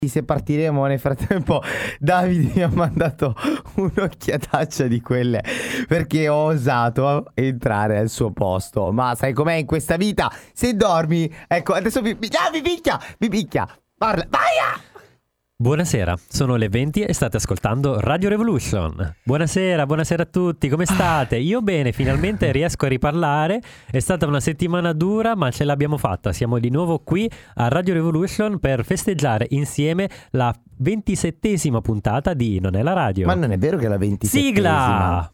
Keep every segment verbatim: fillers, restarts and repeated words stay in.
Se partiremo nel frattempo, Davide mi ha mandato un'occhiataccia di quelle perché ho osato entrare al suo posto. Ma sai com'è in questa vita? Se dormi, ecco, adesso mi, mi, ah, mi picchia, mi picchia. Parla, vai! Buonasera, sono le venti e state ascoltando Radio Revolution. Buonasera, buonasera a tutti, come state? Io bene, finalmente riesco a riparlare. È stata una settimana dura, ma ce l'abbiamo fatta. Siamo di nuovo qui a Radio Revolution per festeggiare insieme la ventisettesima puntata di Non è la radio. Ma non è vero che è la ventisettesima? Sigla!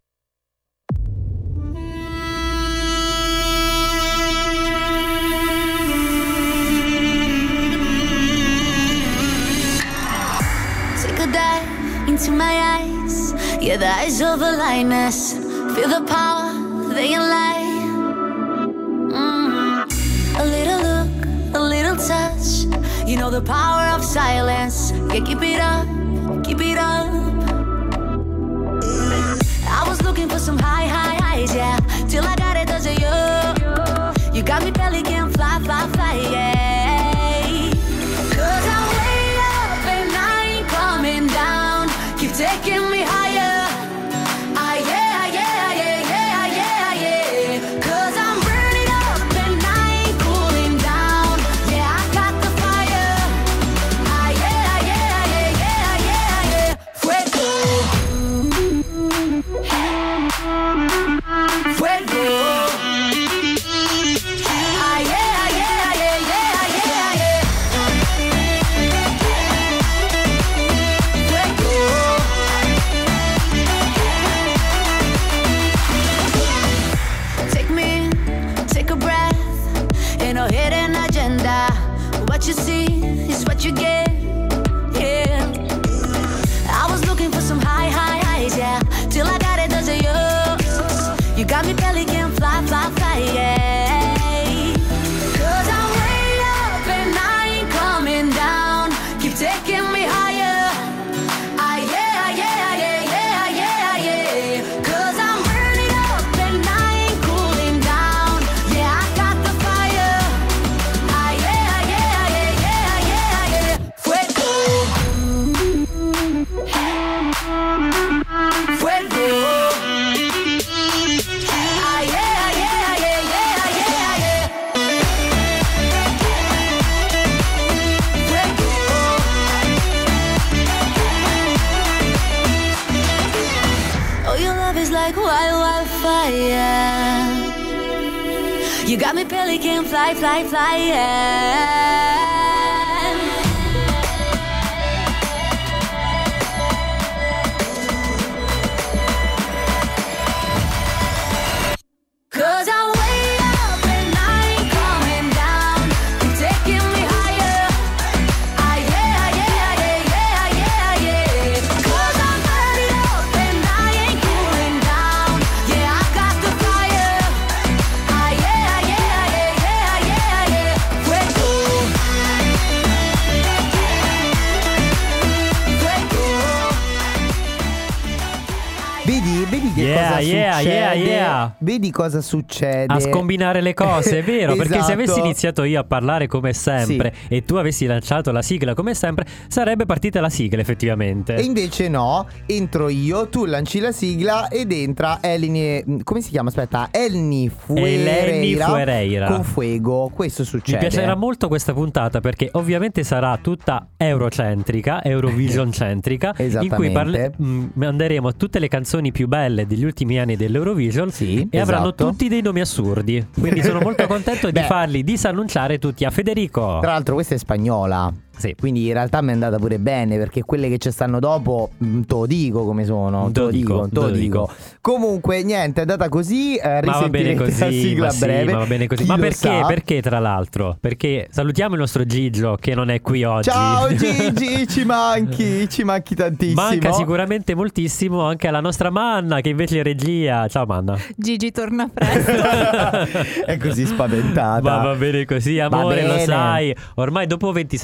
Into my eyes, yeah, the eyes of a lioness. Feel the power, they can lie. Mm. A little look, a little touch. You know the power of silence. Yeah, keep it up, keep it up. I was looking for some high, high highs, yeah. Till I got it, does it you? You got me belly can fly, fly, fly, yeah. Cause I'm way up and I ain't coming down. Keep taking me higher. Ah, yeah, yeah, yeah, yeah, yeah, yeah. Cause I'm burning up and I ain't cooling down. Yeah, I got the fire. Ah, yeah, yeah, yeah, yeah, yeah, yeah. Fuego. Fuego. Ah, yeah, yeah, yeah, yeah, yeah, yeah. No hidden agenda. What you see is what you get. Yeah. I was looking for some high, high highs, yeah. Till I got it, does it you? You got me belly can fly, fly, fly, yeah. Cause I'm way up and I ain't coming down. Keep taking me higher. Ah, yeah, yeah, yeah, yeah, yeah, yeah. Cause I'm burning up and I ain't cooling down. Yeah, I got the fire. Ah, yeah, yeah, yeah, yeah, yeah, yeah. Fuego. Fuego. Ah, yeah, yeah, yeah, yeah, yeah, yeah. Fuego. Oh, your love is like wild, wildfire. You got me belly can fly, fly, fly, yeah. Cause I'm way up and I ain't coming down. You're taking me higher. Ah, yeah, yeah, yeah, yeah, yeah, yeah. Cause I'm burning up and I ain't cooling down. Yeah, I got the fire. Ah, yeah, yeah, yeah, yeah, yeah, yeah. Fuego. Vedi, vedi che Yeah, cosa yeah, succede? yeah, yeah. Vedi cosa succede? A scombinare le cose, è vero? Perché se avessi Esatto. iniziato io a parlare come sempre e tu avessi lanciato la sigla come sempre, sarebbe partita la sigla effettivamente. E invece no, entro io, tu lanci la sigla ed entra Eleni, come si chiama? Aspetta, Eleni Eleni Fuereira Fuereira. con Fuego. Questo Mi succede. piacerà molto questa puntata perché ovviamente sarà tutta eurocentrica, Eurovision centrica, in cui parle- mh, manderemo tutte le canzoni più belle degli ultimi anni dell'Eurovision Sì, e avranno esatto. tutti dei nomi assurdi. Quindi sono molto contento di Beh. farli disannunciare tutti a Federico. Tra l'altro questa è spagnola. Sì. Quindi in realtà mi è andata pure bene, perché quelle che ci stanno dopo mh, te lo dico come sono. Te lo dico, te lo dico. Comunque niente, è andata così, eh, Ma va bene risentirete la così, sigla ma a sì, breve. ma va bene così. Chi Ma lo perché? sa? Perché tra l'altro? Perché salutiamo il nostro Gigio che non è qui oggi. Ciao Gigi, ci manchi, ci manchi tantissimo. Manca sicuramente moltissimo anche alla nostra Manna che invece è regia. Ciao Manna. Gigi torna presto. È così spaventata. Ma va bene così, amore, Va lo bene. sai. Ormai dopo ventisette puntate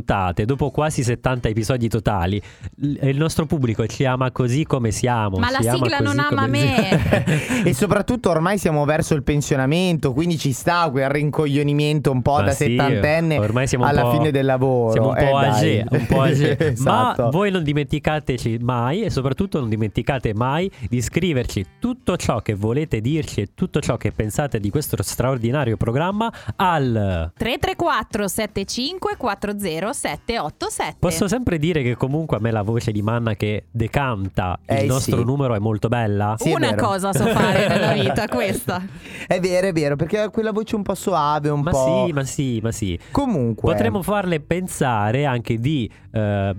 puntate, dopo quasi settanta episodi totali, l- il nostro pubblico ci ama così come siamo. Ma la ci sigla ama non così ama come me. E soprattutto ormai siamo verso il pensionamento, quindi ci sta quel rincoglionimento un po' Ma da sì, settantenne ormai siamo un alla po'- fine del lavoro. Siamo un po' Eh, dai. âgé, un po' âgé. Esatto. Ma voi non dimenticateci mai, e soprattutto non dimenticate mai di scriverci tutto ciò che volete dirci e tutto ciò che pensate di questo straordinario programma al... tre tre quattro sette cinque quattro zero sette otto sette. Posso sempre dire che comunque a me la voce di Manna che decanta il Eh, nostro sì. numero è molto bella. Sì, è Una vero. cosa so fare nella vita, questa. È vero, è vero, perché ha quella voce un po' soave, un Ma po'. sì, ma sì, ma sì. Comunque Potremmo farle pensare anche di eh,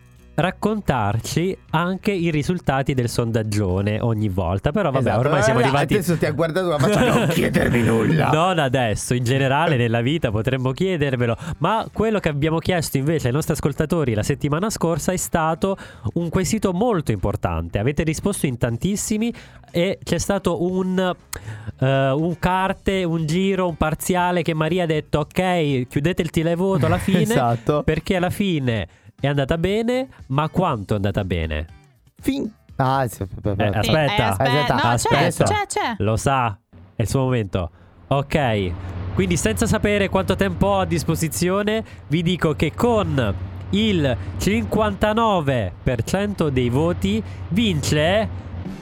raccontarci anche i risultati del sondaggione ogni volta. Però vabbè, Esatto. ormai siamo Eh, arrivati. Adesso ti ha guardato la faccia, non chiedermi nulla. Non adesso, in generale nella vita potremmo chiedervelo. Ma quello che abbiamo chiesto invece ai nostri ascoltatori la settimana scorsa è stato un quesito molto importante. Avete risposto in tantissimi e c'è stato un, eh, un carte, un giro, un parziale che Maria ha detto ok, chiudete il televoto alla fine. Esatto. Perché alla fine è andata bene, ma quanto è andata bene? Fin... Ah, sì, p- p- Eh, p- aspetta. Eh, aspetta. No, Aspetta. c'è, c'è, c'è. Lo sa, è il suo momento. Ok, quindi senza sapere quanto tempo ho a disposizione, vi dico che con il cinquantanove per cento dei voti vince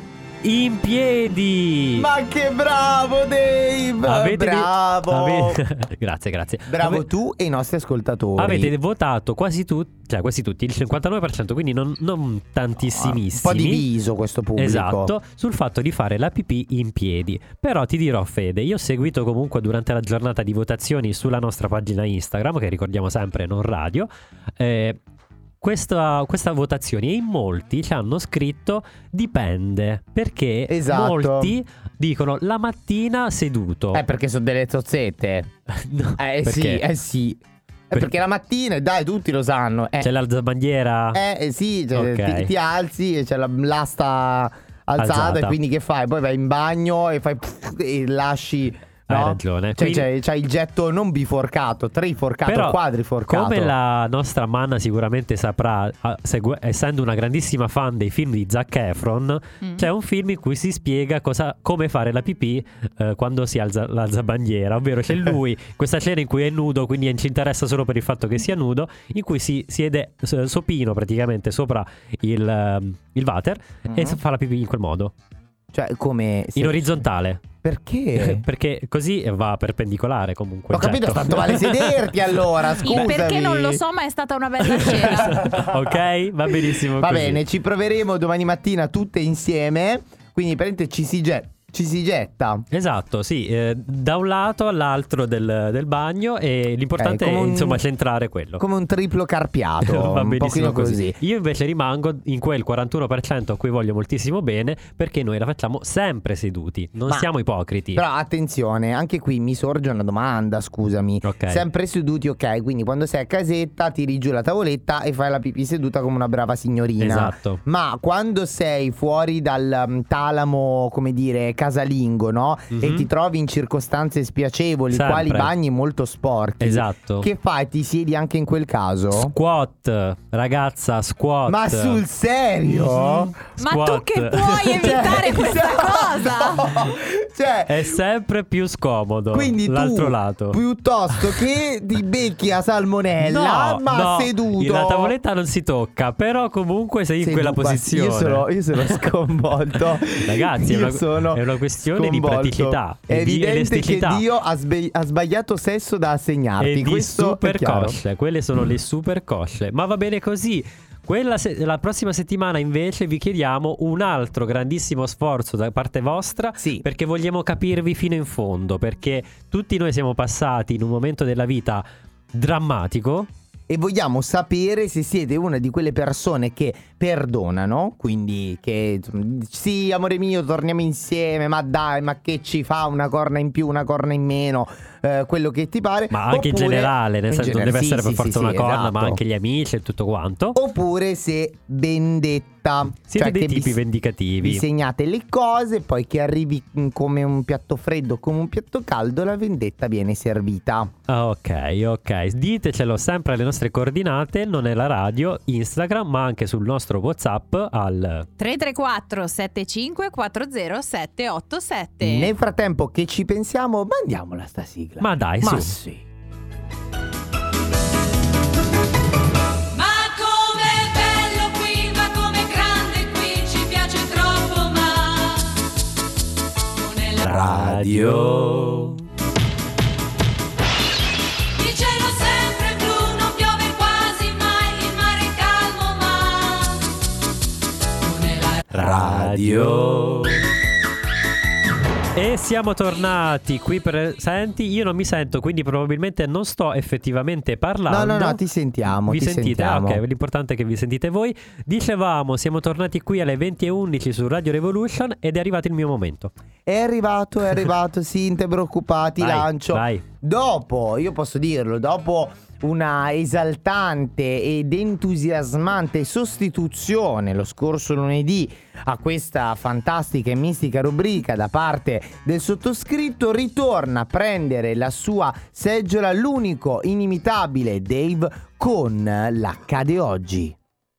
In Piedi. Ma che bravo Dave! Avete di- bravo! ave- grazie, grazie. Bravo Ave- tu e i nostri ascoltatori. Avete votato quasi tutti, cioè quasi tutti, il cinquantanove per cento, quindi non, non tantissimissimi. Un po' diviso questo pubblico. Esatto, sul fatto di fare la pipì in piedi. Però ti dirò, Fede, io ho seguito comunque durante la giornata di votazioni sulla nostra pagina Instagram, che ricordiamo sempre non radio, eh, questa, questa votazione, e in molti ci hanno scritto dipende, perché Esatto. molti dicono la mattina seduto. Eh, perché sono delle zozzette. No, Eh perché? sì, eh sì. Eh, Per- Perché la mattina, dai, tutti lo sanno. Eh, C'è l'alzabandiera. eh, eh, sì, cioè, Ok. ti, ti alzi e c'è la, l'asta alzata, Alzata. e quindi che fai? Poi vai in bagno e fai e lasci. Hai No? ragione. Cioè, Quindi- c'è, c'è il getto non biforcato, triforcato, Però, quadriforcato. come la nostra Manna sicuramente saprà, ah, segue- essendo una grandissima fan dei film di Zac Efron, Mm. c'è un film in cui si spiega cosa, come fare la pipì eh, quando si alza l'alza bandiera, ovvero c'è lui, questa scena in cui è nudo, quindi ci interessa solo per il fatto che sia nudo, in cui si siede eh, sopino praticamente sopra il, ehm, il water e Mhm. fa la pipì in quel modo, Cioè, come. in orizzontale. Perché? Perché così va perpendicolare comunque. Ho capito, certo. tanto vale sederti allora, Il scusami. perché non lo so, ma è stata una bella scena. Ok, va benissimo Va così. bene, ci proveremo domani mattina tutte insieme. Quindi praticamente ci si, ge- ci si getta. Esatto, sì, eh, da un lato all'altro del, del bagno, e l'importante Ok, è come un- insomma centrare quello. Come un triplo carpiato. Va un benissimo pochino così. così. Io invece rimango in quel quarantuno per cento a cui voglio moltissimo bene, perché noi la facciamo sempre seduti, non Ma- siamo ipocriti. Però attenzione, anche qui mi sorge una domanda, scusami. Ok. Sempre seduti, ok, quindi quando sei a casetta tiri giù la tavoletta e fai la pipì seduta come una brava signorina. Esatto. Ma quando sei fuori dal um, talamo, come dire, casalingo, no? Mhm. E ti trovi in circostanze spiacevoli, Sempre. quali bagni molto sporchi. Esatto. Che fai? Ti siedi anche in quel caso? Squat, ragazza, squat. Ma sul serio? Mhm. Ma tu Squat. che puoi evitare Cioè, questa esatto. cosa? Cioè, È sempre più scomodo. quindi l'altro tu, lato. piuttosto che ti becchi a salmonella, No, ma no, seduto. la tavoletta non si tocca, però comunque sei in Sedu- quella ma posizione. Io sono, io sono sconvolto. Ragazzi, è Io una- sono è una questione di sconvolto. praticità È e di evidente elasticità. che Dio ha, sbe- ha sbagliato sesso da assegnarti. E di Questo super è chiaro. cosce. Quelle sono le super cosce. Ma va bene così. Quella se- la prossima settimana invece vi chiediamo un altro grandissimo sforzo da parte vostra, Sì. perché vogliamo capirvi fino in fondo, perché tutti noi siamo passati in un momento della vita drammatico. E vogliamo sapere se siete una di quelle persone che perdonano, quindi che sì, amore mio, torniamo insieme, ma dai, ma che ci fa una corna in più, una corna in meno? eh, quello che ti pare. Ma anche in Oppure- generale, nel in senso non genere- deve sì, essere per sì, forza sì, una sì, corna, esatto. ma anche gli amici e tutto quanto. Oppure se vendetta. Siete cioè dei che vi- tipi vendicativi. Vi segnate le cose, poi che arrivi mm, come un piatto freddo, come un piatto caldo, la vendetta viene servita. Ah, ok, ok. Ditecelo sempre alle nostre coordinate, non è la radio, Instagram, ma anche sul nostro WhatsApp al tre tre quattro sette cinque quattro zero sette otto sette. Nel frattempo che ci pensiamo, mandiamola sta sigla. Ma dai, Ma su. sì. Ma com'è bello qui, ma com'è grande qui, ci piace troppo, ma non è la Radio. Il cielo sempre blu, non piove quasi mai, il mare è calmo, ma non è la Radio. E siamo tornati qui presenti. Io non mi sento, quindi probabilmente non sto effettivamente parlando. No, no, no, ti sentiamo. Vi ti sentite? Ah, sentiamo. ok, l'importante è che vi sentite voi. Dicevamo, siamo tornati qui alle venti e undici su Radio Revolution ed è arrivato il mio momento. È arrivato, è arrivato, sì, non te preoccupati, Vai, lancio. vai. Dopo, io posso dirlo, dopo una esaltante ed entusiasmante sostituzione lo scorso lunedì a questa fantastica e mistica rubrica da parte del sottoscritto, ritorna a prendere la sua seggiola l'unico inimitabile Dave con l'Accade Oggi.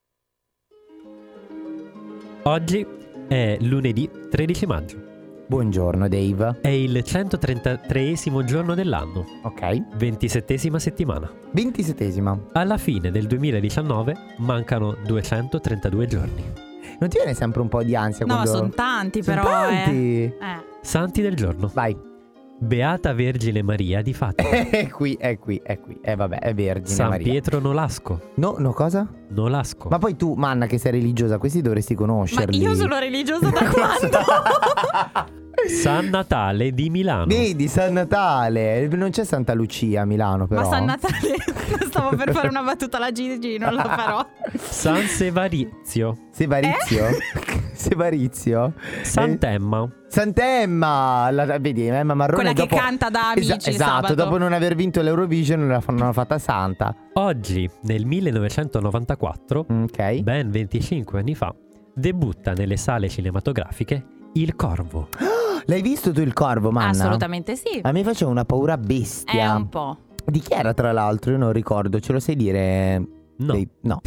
Oggi è lunedì tredici maggio. Buongiorno Dave. È il centotrentatreesimo giorno dell'anno, Ok, ventisettesima settimana. ventisettesima. Alla fine del duemiladiciannove mancano duecentotrentadue giorni. Non ti viene sempre un po' di ansia No, quando... sono tanti Sono però. tanti. Eh. Eh. Santi del giorno. Vai. Beata Vergine Maria di Fatima. È qui, è qui, è qui. Eh vabbè, è Vergine San Maria. Pietro Nolasco. No, no cosa? Nolasco. Ma poi tu, Manna, che sei religiosa, questi dovresti Ma conoscerli. io sono religiosa da quando? San Natale di Milano. Vedi, San Natale. Non c'è Santa Lucia a Milano, però. Ma San Natale, stavo per fare una battuta alla Gigi, non la farò. San Sevarizio. Sevarizio? Eh? Sevarizio? Sant'Emma. Eh, Sant'Emma. La, vedi, Emma Marrone Quella che dopo... canta da Amici Esa- il Esatto, sabato. dopo non aver vinto l'Eurovision non l'ha- non l'ha fatta santa. Oggi, nel millenovecentonovantaquattro, Ok. ben venticinque anni fa, debutta nelle sale cinematografiche Il Corvo. L'hai visto tu il Corvo, Manna? Assolutamente sì. A me faceva una paura È bestia. un po'. Di chi era tra l'altro? Io non ricordo, ce lo sai dire? No. Dei- No.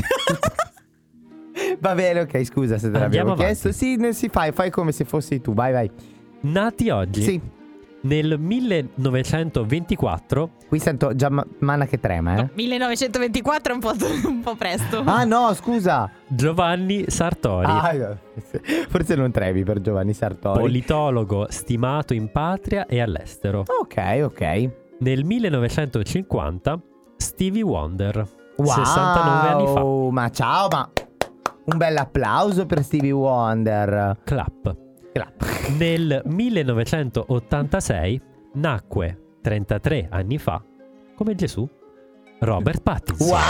Va bene, ok, scusa se te Andiamo l'avevo chiesto. avanti. Sì, ne- si fai, fai come se fossi tu, vai, vai. Nati oggi, Sì, nel millenovecentoventiquattro, qui sento già Ma- Manna che trema, eh. millenovecentoventiquattro è un po', un po' presto. Ah no, scusa. Giovanni Sartori. Ah, no. Forse non trevi per Giovanni Sartori. Politologo stimato in patria e all'estero. Ok, ok. Nel millenovecentocinquanta Stevie Wonder, Wow, sessantanove anni fa. ma ciao, ma un bel applauso per Stevie Wonder. Clap. Clap. Nel millenovecentottantasei nacque trentatré anni fa, come Gesù, Robert Pattinson. Wow!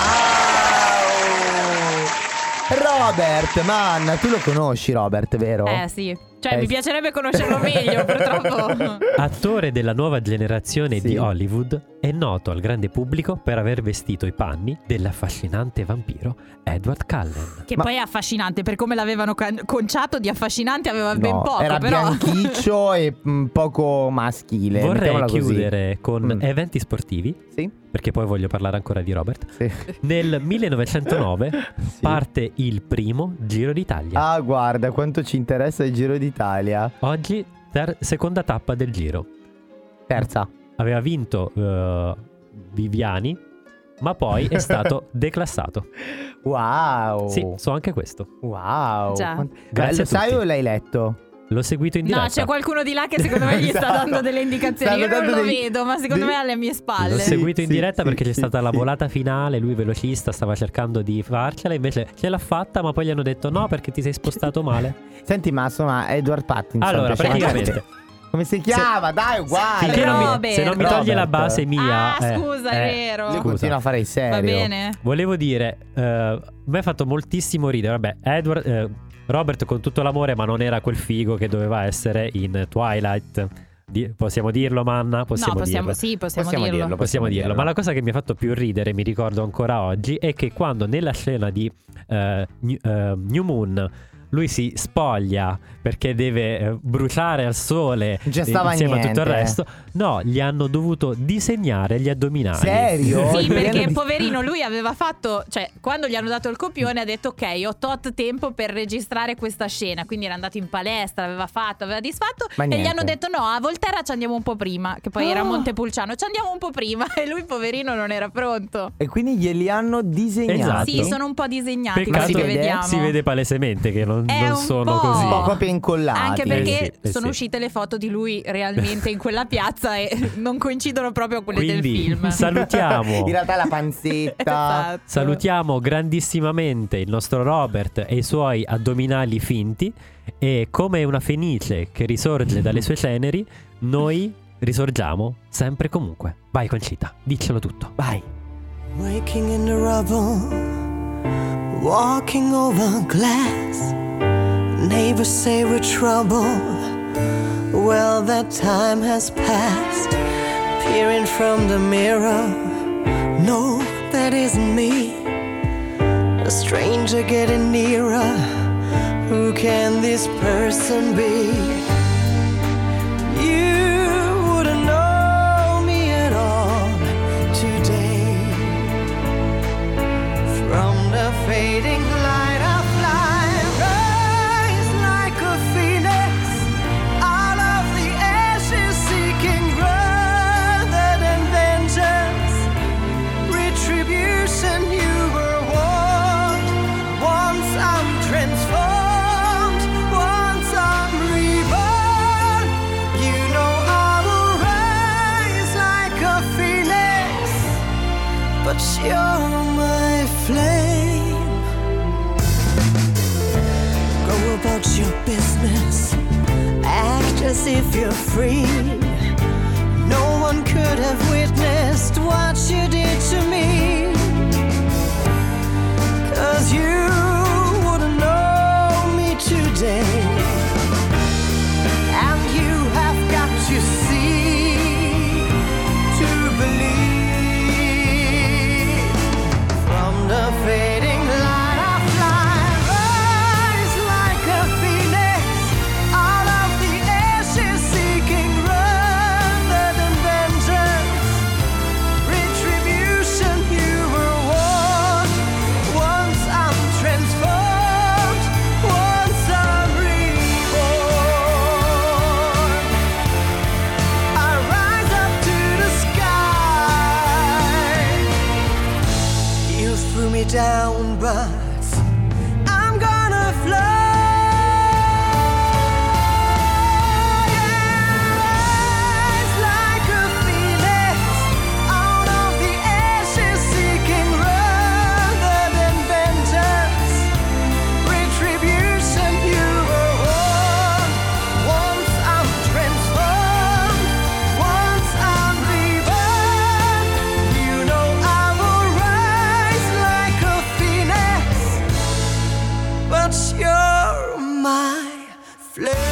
Robert, Manna, tu lo conosci Robert, vero? Eh sì. Cioè Eh, mi sì. piacerebbe conoscerlo meglio, purtroppo. Attore della nuova generazione Sì. di Hollywood, è noto al grande pubblico per aver vestito i panni dell'affascinante vampiro Edward Cullen. Che Ma- poi è affascinante, per come l'avevano can- conciato di affascinante aveva ben No, poco, era però. bianchiccio e mm, poco maschile. Vorrei mettiamola così. chiudere con Mm. eventi sportivi, Sì, perché poi voglio parlare ancora di Robert. sì. Nel millenovecentonove Sì. parte il primo Giro d'Italia. Ah, guarda quanto ci interessa il Giro d'Italia. Oggi ter- seconda tappa del Giro. Terza. Aveva vinto eh, Viviani, ma poi è stato declassato. Wow. Sì, so anche questo. Wow. Già. Quant- Grazie Lo a sai tutti. o l'hai letto? L'ho seguito in diretta. No, c'è qualcuno di là che secondo me gli sta Esatto. dando delle indicazioni. Stanno Io non dando lo dei- vedo, ma secondo dei- me è alle mie L'ho spalle. Sì, seguito in sì, diretta sì, perché c'è sì, stata la sì. volata finale, lui velocista stava cercando di farcela, invece ce l'ha fatta, ma poi gli hanno detto no perché ti sei spostato male. Senti, ma insomma, Edward Pattinson. Allora, piace- praticamente Come si chiama? Dai, uguale. finché non mi- Robert. se non mi toglie la Robert. base mia Ah, eh, scusa, è eh, vero. Lui Scusa. continua a fare il serio. Va bene. Volevo dire, eh, a me ha fatto moltissimo ridere. Vabbè, Edward, eh, Robert con tutto l'amore, ma non era quel figo che doveva essere in Twilight Di- possiamo dirlo, Manna? Possiamo no, possiamo, dirlo. sì, possiamo, Possiamo dirlo. dirlo. Possiamo dirlo, dirlo. ma la cosa che mi ha fatto più ridere, mi ricordo ancora oggi, è che quando nella scena di eh, New, eh, New Moon lui si spoglia perché deve eh, bruciare al sole Non c'è stava insieme a tutto il niente. resto, no, gli hanno dovuto disegnare gli addominali. Serio? Sì, Gli hanno perché di- poverino lui aveva fatto, cioè quando gli hanno dato il copione ha detto ok, ho tot tempo per registrare questa scena, quindi era andato in palestra, aveva fatto, aveva disfatto Ma e gli niente. hanno detto no, a Volterra ci andiamo un po' prima, che poi era a Oh. Montepulciano, ci andiamo un po' prima e lui poverino non era pronto. E quindi glieli hanno disegnati. Esatto. Sì, sono un po' disegnati, Peccato, così si che vede? vediamo. si vede palesemente che non, È non un sono po'. così. Un po' proprio incollati. Anche perché Eh sì, eh sono sì. uscite le foto di lui realmente in quella piazza e non coincidono proprio a quelle Quindi del film. salutiamo. In realtà la panzetta. Esatto. Salutiamo grandissimamente il nostro Robert e i suoi addominali finti e come una fenice che risorge dalle sue ceneri, noi risorgiamo sempre e comunque. Vai Concita, diccelo tutto. Vai. Waking in the rubble, walking over glass. Neighbors say we're trouble. Well, that time has passed. Peering from the mirror, no, that isn't me. A stranger getting nearer. Who can this person be? You wouldn't know me at all today. From the fading light of life, rise like a phoenix out of the ashes, seeking rather than vengeance, retribution. You were warned. Once I'm transformed, once I'm reborn. You know I will rise like a phoenix, but you're my flame. Go about your business, act as if you're free. No one could have witnessed what you did to me. 'Cause you wouldn't know me today. And you have got to see to believe. From the fading light of life, rise like a phoenix out of the ashes, seeking rather than vengeance, retribution. You were warned. Once I'm transformed, once I'm reborn. I rise up to the sky. You threw me down, but I'm gonna fly. Rise like a phoenix out of the ashes, seeking rather than vengeance, retribution. You were warned. Once I'm transformed, once I'm reborn. You know I will rise like a phoenix, but you're my flame.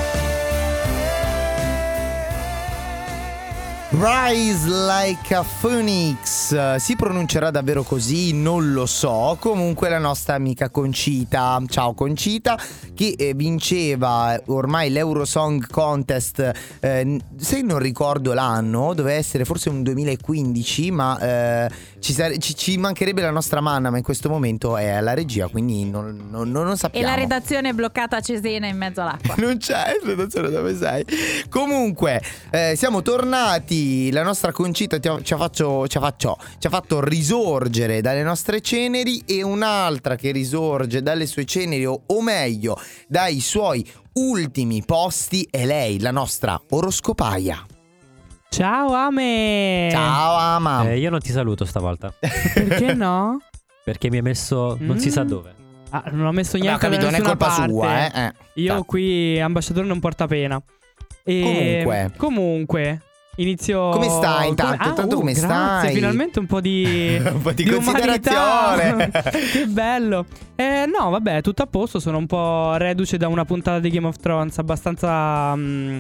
Rise like a phoenix. Si pronuncerà davvero così? Non lo so. Comunque la nostra amica Concita, ciao Concita, che eh, vinceva ormai l'Eurosong Contest, eh, se non ricordo l'anno, doveva essere forse un duemilaquindici, ma eh, ci, sare- ci, ci mancherebbe la nostra Manna, ma in questo momento è alla regia, quindi non, non, non E sappiamo. la redazione è bloccata a Cesena in mezzo all'acqua. Non c'è, redazione, dove sei? Comunque, eh, siamo tornati. La nostra Concita ti ha, ci, ha faccio, ci, ha faccio, ci ha fatto risorgere dalle nostre ceneri, e un'altra che risorge dalle sue ceneri, o, o meglio, dai suoi ultimi posti, è lei, la nostra oroscopaia. Ciao Ame. Ciao Ama. Eh, io non ti saluto stavolta Perché no? perché mi hai messo non si sa Mm. dove. Ah, non ho messo Vabbè, ho niente da capito, non è nessuna colpa parte. sua, eh, eh. Io Cioè, qui ambasciatore non porta pena. E Comunque. Comunque inizio. Come stai intanto? Come- ah, Intanto oh, come grazie, stai? Finalmente un po' di Un po' di umanità. considerazione. Che bello. Eh, no, vabbè, tutto a posto. Sono un po' reduce da una puntata di Game of Thrones abbastanza mm,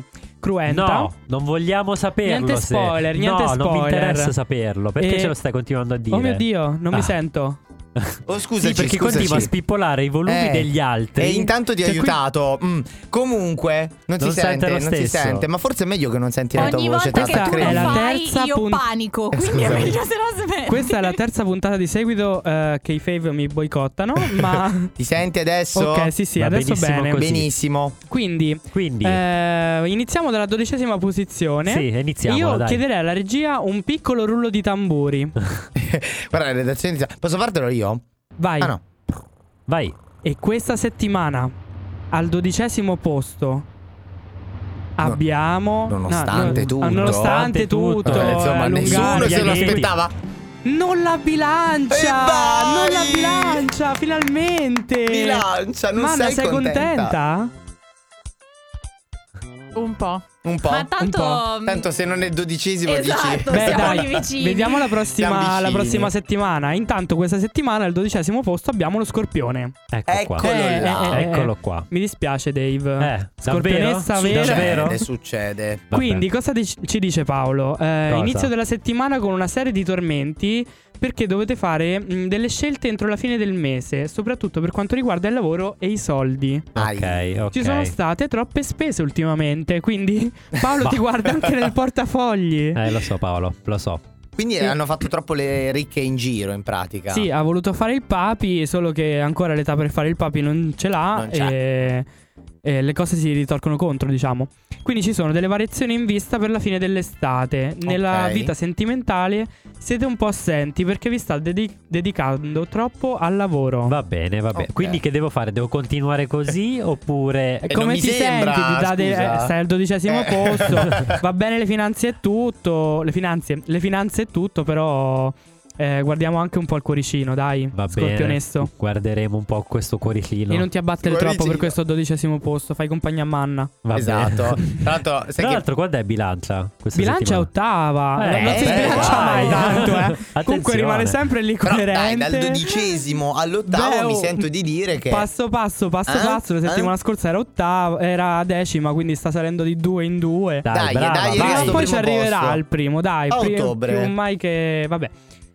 cruenta. No, non vogliamo saperlo. Niente se- spoiler, niente no, non mi spoiler. interessa saperlo. Perché E- ce lo stai continuando a dire? Oh mio Dio, non Ah. mi sento. Oh, scusaci, Sì, perché scusaci. continua a spippolare i volumi Eh, degli altri. E intanto ti ho Cioè, qui- aiutato. Mm. Comunque, non, Non si sente sente, lo non si stesso. sente. Ma forse è meglio che non senti la tua Ogni voce volta tanto, che tu è lo la credimi. fai, terza io pun- panico. Eh, Quindi è scusami. meglio se non smetti. Questa è la terza puntata di seguito eh, che i fave mi boicottano, ma Ti senti adesso? ok, sì, sì, Va adesso benissimo bene. così. Benissimo. Quindi, Quindi, eh, iniziamo dalla dodicesima posizione. sì, iniziamo. Io dai. chiederei alla regia un piccolo rullo di tamburi. Guarda, la redazione inizia. Posso fartelo io? Vai. Ah no. Vai. E questa settimana al dodicesimo posto abbiamo nonostante no, tutto. ah, nonostante tutto, tutto, Eh, insomma, eh, nessuno Lungaria, se lo che- aspettava. Non la bilancia! E vai! Non la bilancia, finalmente! Bilancia, non Manna, sei, sei contenta? Un po'. Un po'. Ma tanto. po'. Tanto se non è dodicesimo Esatto. dici. Beh, Siamo dai, lì vicini. vediamo la Siamo prossima, vicini. la prossima settimana. Intanto questa settimana al dodicesimo posto abbiamo lo Scorpione. Ecco qua. Eccolo Eh, là. eh, eh, Eccolo qua. Mi dispiace Dave. Eh, Scorpionessa davvero? vera. Davvero? Succede, succede. Vabbè. Quindi cosa dic- ci dice Paolo? Eh, Cosa? inizio della settimana con una serie di tormenti perché dovete fare mh, delle scelte entro la fine del mese, soprattutto per quanto riguarda il lavoro e i soldi. Ai. Ok, ok. Ci sono state troppe spese ultimamente, quindi Paolo Bah. ti guarda anche nel portafogli. Eh, lo so Paolo, lo so. Quindi Sì. hanno fatto troppo le ricche in giro in pratica. Sì, ha voluto fare il papi, solo che ancora l'età per fare il papi non ce l'ha Non c'è. e, e le cose si ritorcono contro, diciamo. Quindi ci sono delle variazioni in vista per la fine dell'estate. Nella Ok. vita sentimentale siete un po' assenti perché vi state dedi- dedicando troppo al lavoro. Va bene, va bene. Ok. Quindi che devo fare? Devo continuare così oppure... E Eh, come non mi ti sembra, senti? Ti date- scusa. eh, stai al dodicesimo Eh. posto. Va bene le finanze e tutto. Le finanze, le finanze e tutto, però eh, guardiamo anche un po' il cuoricino, dai. Va Scorpionesto. bene. Guarderemo un po' questo cuoricino. E non ti abbattere Cuoricino. troppo per questo dodicesimo posto. Fai compagnia a Manna. Va Esatto. bene. Tra l'altro, sai Tra che l'altro, quando è bilancia? Questa Bilancia è settimana? ottava. Eh, non si eh, sbilancia vai. mai tanto, eh. Attenzione. Comunque rimane sempre lì Però dai, coerente. dal dodicesimo all'ottavo Beh, mi oh, sento di dire che Passo passo, passo Eh? passo. La settimana Eh? scorsa era ottava, era decima, quindi sta salendo di due in due. Dai, Dai, brava, dai, vai. arriva Prima o poi primo ci arriverà posto. al primo, dai. A pri- ottobre. Più mai che. Vabbè.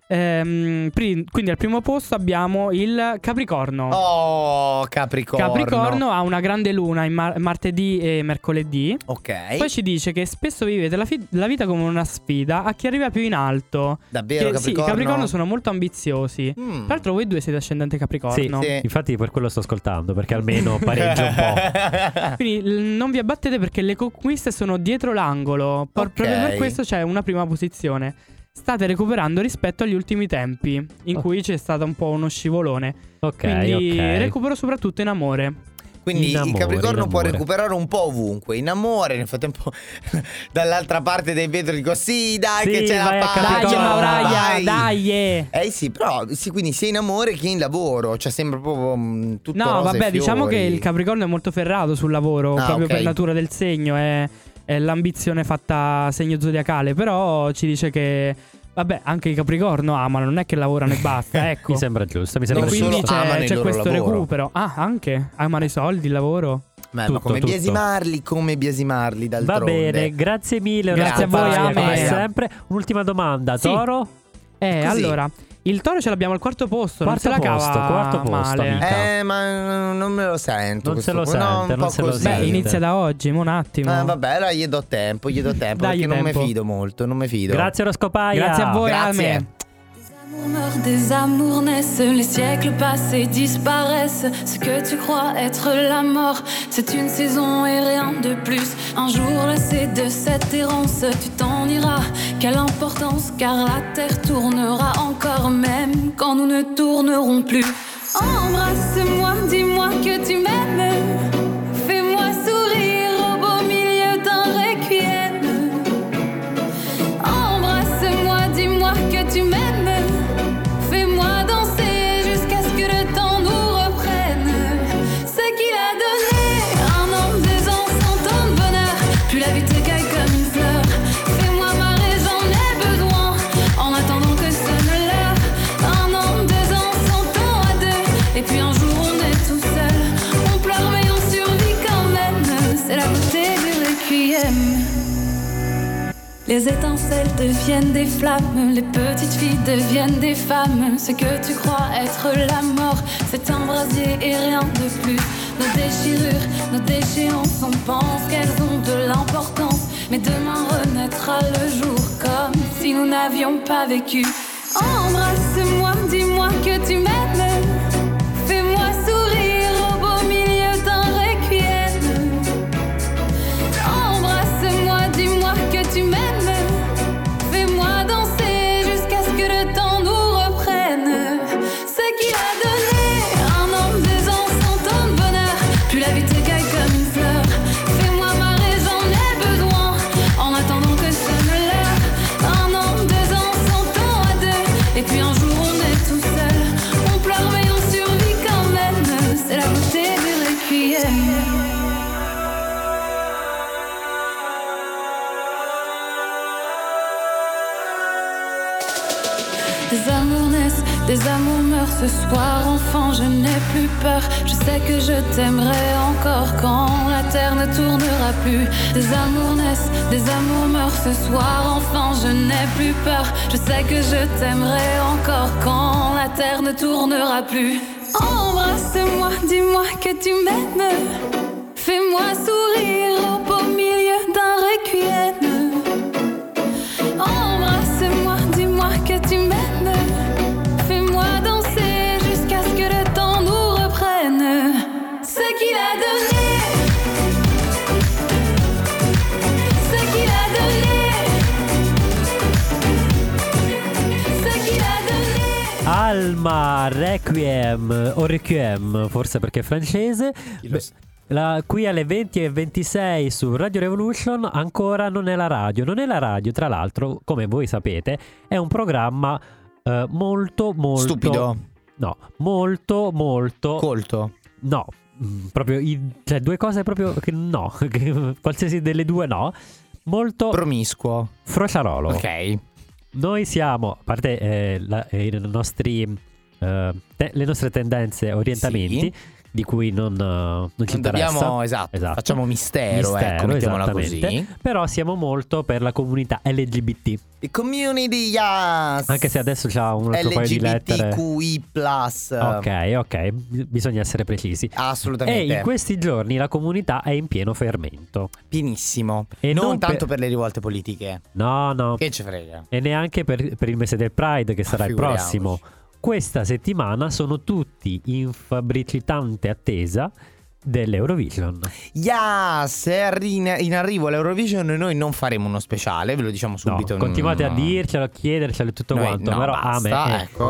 Ehm, pri- quindi al primo posto abbiamo il Capricorno. Oh, Capricorno. Capricorno ha una grande luna in mar- martedì e mercoledì. Ok. Poi ci dice che spesso vivete la, fi- la vita come una sfida a chi arriva più in alto. Davvero, Che- Sì, i Capricorno? Capricorno sono molto ambiziosi. Mm. Tra l'altro voi due siete ascendente Sì, Capricorno. Sì. infatti per quello sto ascoltando, perché almeno pareggio un po'. Quindi l- non vi abbattete perché le conquiste sono dietro l'angolo. Por- Ok. Proprio per questo c'è una prima posizione. State recuperando rispetto agli ultimi tempi, in Oh. cui c'è stato un po' uno scivolone. Ok, Quindi ok. recupero soprattutto in amore. Quindi In amore, il Capricorno in può amore. recuperare un po' ovunque. In amore, nel frattempo, dall'altra parte del vetro dico sì, dai, Sì, che ce la vai a fai. Dai, Capricorno, Mauraia, vai. dai. eh. Eh sì, però sì, quindi sia in amore che in lavoro. Cioè sembra proprio mm, tutto No, rose e vabbè, diciamo fiori. che il Capricorno è molto ferrato sul lavoro, Ah, proprio ok. per natura del segno. È, è l'ambizione fatta segno zodiacale. Però ci dice che, vabbè, anche i Capricorno amano, non è che lavorano e basta, ecco. Mi sembra giusto, mi E sembra Non quindi solo amano c'è, il c'è loro questo lavoro. recupero. Ah, anche amano i soldi, il lavoro. Ma, ma Tutto, come tutto. biasimarli, come biasimarli Va d'altronde. bene, grazie mille. Grazie Oreste a voi, Paglia, Ame. come sempre. Un'ultima domanda, Sì. Toro? Eh, Così. allora, il Toro ce l'abbiamo al quarto posto. Quarto non se la posto, cava quarto posto, male. amica. Eh, ma non me lo sento. Non se questo lo qua. sente, no, un non po' se lo così. Beh, sente. inizia da oggi, mo un attimo. Eh, vabbè, allora gli do tempo, gli do tempo. Dagli perché non mi tempo. fido molto, non mi fido. Grazie Oroscopaia. Grazie a voi, Grazie. Alme. Des amours meurent, des amours naissent, les siècles passés disparaissent. Ce que tu crois être la mort, c'est une saison et rien de plus. Un jour lassé de cette errance, tu t'en iras. Quelle importance, car la terre tournera encore, même quand nous ne tournerons plus. Embrasse-moi, dis-moi que tu m'aimes. Fais-moi sourire au beau milieu d'un requiem. Embrasse-moi, dis-moi que tu m'aimes. Fais-moi danser jusqu'à ce que le temps nous reprenne. Ce qu'il a donné, un an, deux ans, cent ans de bonheur. Puis la vie te caille comme une fleur. Fais-moi marrer, j'en ai besoin. En attendant que sonne l'heure. Un an, deux ans, cent ans à deux. Et puis un jour on est tout seul. On pleure mais on survit quand même. C'est la beauté du requiem. Les étincelles deviennent des flammes, les petites filles deviennent des femmes. Ce que tu crois être la mort, c'est un brasier et rien de plus. Nos déchirures, nos déchéances, on pense qu'elles ont de l'importance. Mais demain renaîtra le jour comme si nous n'avions pas vécu. Embrasse-moi, dis-moi que tu m'aimes. Fais-moi sourire au beau milieu d'un requiem. Embrasse-moi, dis-moi que tu m'aimes. Fais-moi danser jusqu'à ce que le temps nous reprenne. Ce qui a donné un an, deux ans, cent ans de bonheur. Puis la vie te caille comme une fleur. Fais-moi marrer, j'en ai besoin. En attendant que sonne l'heure. Un an, deux ans, cent ans à deux. Et puis un jour on est tout seul. On pleure mais on survit quand même. C'est la beauté du requiem. Des amours naissent, des amours meurent. Ce soir, enfant, je n'ai plus peur. Je sais que je t'aimerai encore quand la terre ne tournera plus. Des amours naissent, des amours meurent. Ce soir, enfant, je n'ai plus peur. Je sais que je t'aimerai encore quand la terre ne tournera plus. Embrasse-moi, dis-moi que tu m'aimes. Fais-moi sourire au beau milieu d'un requiem. Embrasse-moi, dis-moi que tu m'aimes. Fais-moi danser jusqu'à ce que le temps nous reprenne. Ce qu'il a donné, ce qu'il a donné, ce qu'il a donné. Alma Requiem o Requiem, forse perché è francese. La, qui alle venti e ventisei su Radio Revolution. Ancora non è la radio. Non è la radio, tra l'altro, come voi sapete, è un programma eh, molto molto Stupido. No, molto molto Colto. No, mm, proprio i, cioè due cose proprio che no, che, qualsiasi delle due no. Molto Promiscuo. frociarolo. Ok. Noi siamo, a parte eh, la, eh, i nostri eh, te, le nostre tendenze, orientamenti, Sì. di cui non, uh, non ci Non interessa. dobbiamo, esatto, Esatto. facciamo mistero, Mistero, ecco, mettiamola esattamente. così. Però siamo molto per la comunità L G B T. The community, yes. Anche se adesso c'ha un altro paio di lettere. L G B T Q I plus. Ok, ok, bisogna essere precisi. Assolutamente. E in questi giorni la comunità è in pieno fermento. Pienissimo. E non, non tanto per- per le rivolte politiche. No, no. Che ci frega. E neanche per, per il mese del Pride, che sarà il Figuriamoci. prossimo. Questa settimana sono tutti in fabbricitante attesa dell'Eurovision. Yes, è arri- in arrivo l'Eurovision. Noi non faremo uno speciale, ve lo diciamo No, subito. continuate no. a dircelo, a chiedercelo e tutto Noi- quanto. no, però basta, a me, eh, ecco.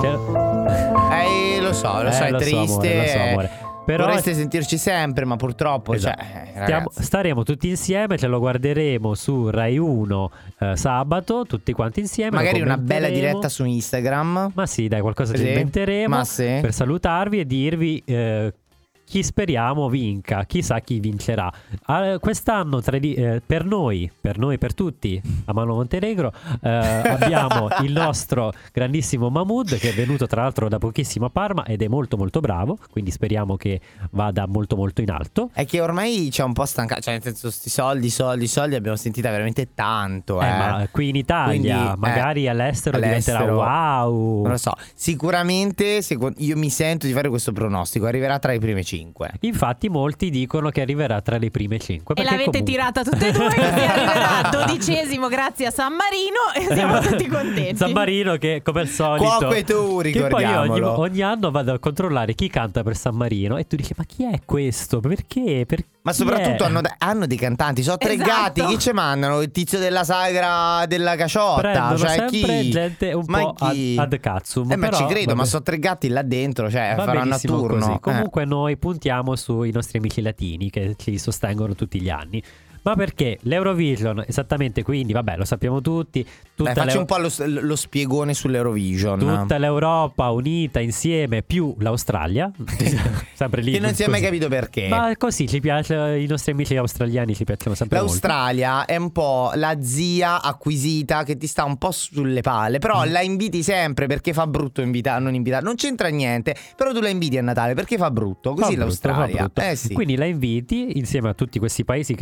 cioè- Eh, lo so, lo so, Eh, è lo so, triste. amore, lo so, eh, amore. Però Vorreste sentirci sempre, ma purtroppo, Esatto. cioè, eh, Stiamo- ragazzi. staremo tutti insieme, ce lo guarderemo su Rai uno eh, sabato, tutti quanti insieme. lo Magari una bella commenteremo. diretta su Instagram. Ma sì, dai, qualcosa ci Sì, inventeremo ma sì. per salutarvi e dirvi eh, chi speriamo vinca, chissà chi vincerà. Ah, quest'anno tra di- eh, per noi, per noi, per tutti, a Mano Montenegro, eh, abbiamo il nostro grandissimo Mahmood, che è venuto tra l'altro da pochissimo a Parma ed è molto molto bravo, quindi speriamo che vada molto molto in alto. È che ormai c'è un po' stancato. Cioè, nel senso, sti soldi, soldi, soldi. Abbiamo sentita veramente tanto. Eh, Eh, ma qui in Italia, Quindi, eh, magari all'estero, all'estero, diventerà wow. Non lo so. Sicuramente, secondo- io mi sento di fare questo pronostico. Arriverà tra i primi cinque. Infatti molti dicono che arriverà tra le prime cinque. E perché l'avete comunque- tirata tutte e due, così arriverà dodicesimo grazie a San Marino e siamo tutti contenti. San Marino che come al solito Cuoco e tu, che poi io ogni, ricordiamolo. ogni anno vado a controllare chi canta per San Marino e tu dici ma chi è questo? Perché? Per Ma chi soprattutto è? hanno, hanno dei cantanti. Sono tre Esatto. gatti. Chi ci mandano? Il tizio della sagra della caciotta. Prendono Cioè, sempre chi? gente un Ma po' ad, chi? ad cazzum. Eh, ma però, ci credo, vabbè. ma sono tre gatti là dentro. Cioè, Va faranno a benissimo turno. così. Eh. Comunque noi puntiamo sui nostri amici latini che ci sostengono tutti gli anni. Ma perché l'Eurovision, esattamente, quindi vabbè, lo sappiamo tutti, tutta, Beh, faccio l'Eu- un po' lo, lo spiegone sull'Eurovision. tutta l'Europa unita insieme più l'Australia. Sempre lì. Che non si è mai così. capito perché. Ma così ci piace, i nostri amici australiani ci piacciono sempre molto. L'Australia è un po' la zia acquisita che ti sta un po' sulle palle. Però Mm. la inviti sempre perché fa brutto invitare, non invitare. Non c'entra niente. Però tu la inviti a Natale perché fa brutto. Così Fa brutto, fa l'Australia. brutto. Eh sì. Quindi la inviti insieme a tutti questi paesi che tra l'altro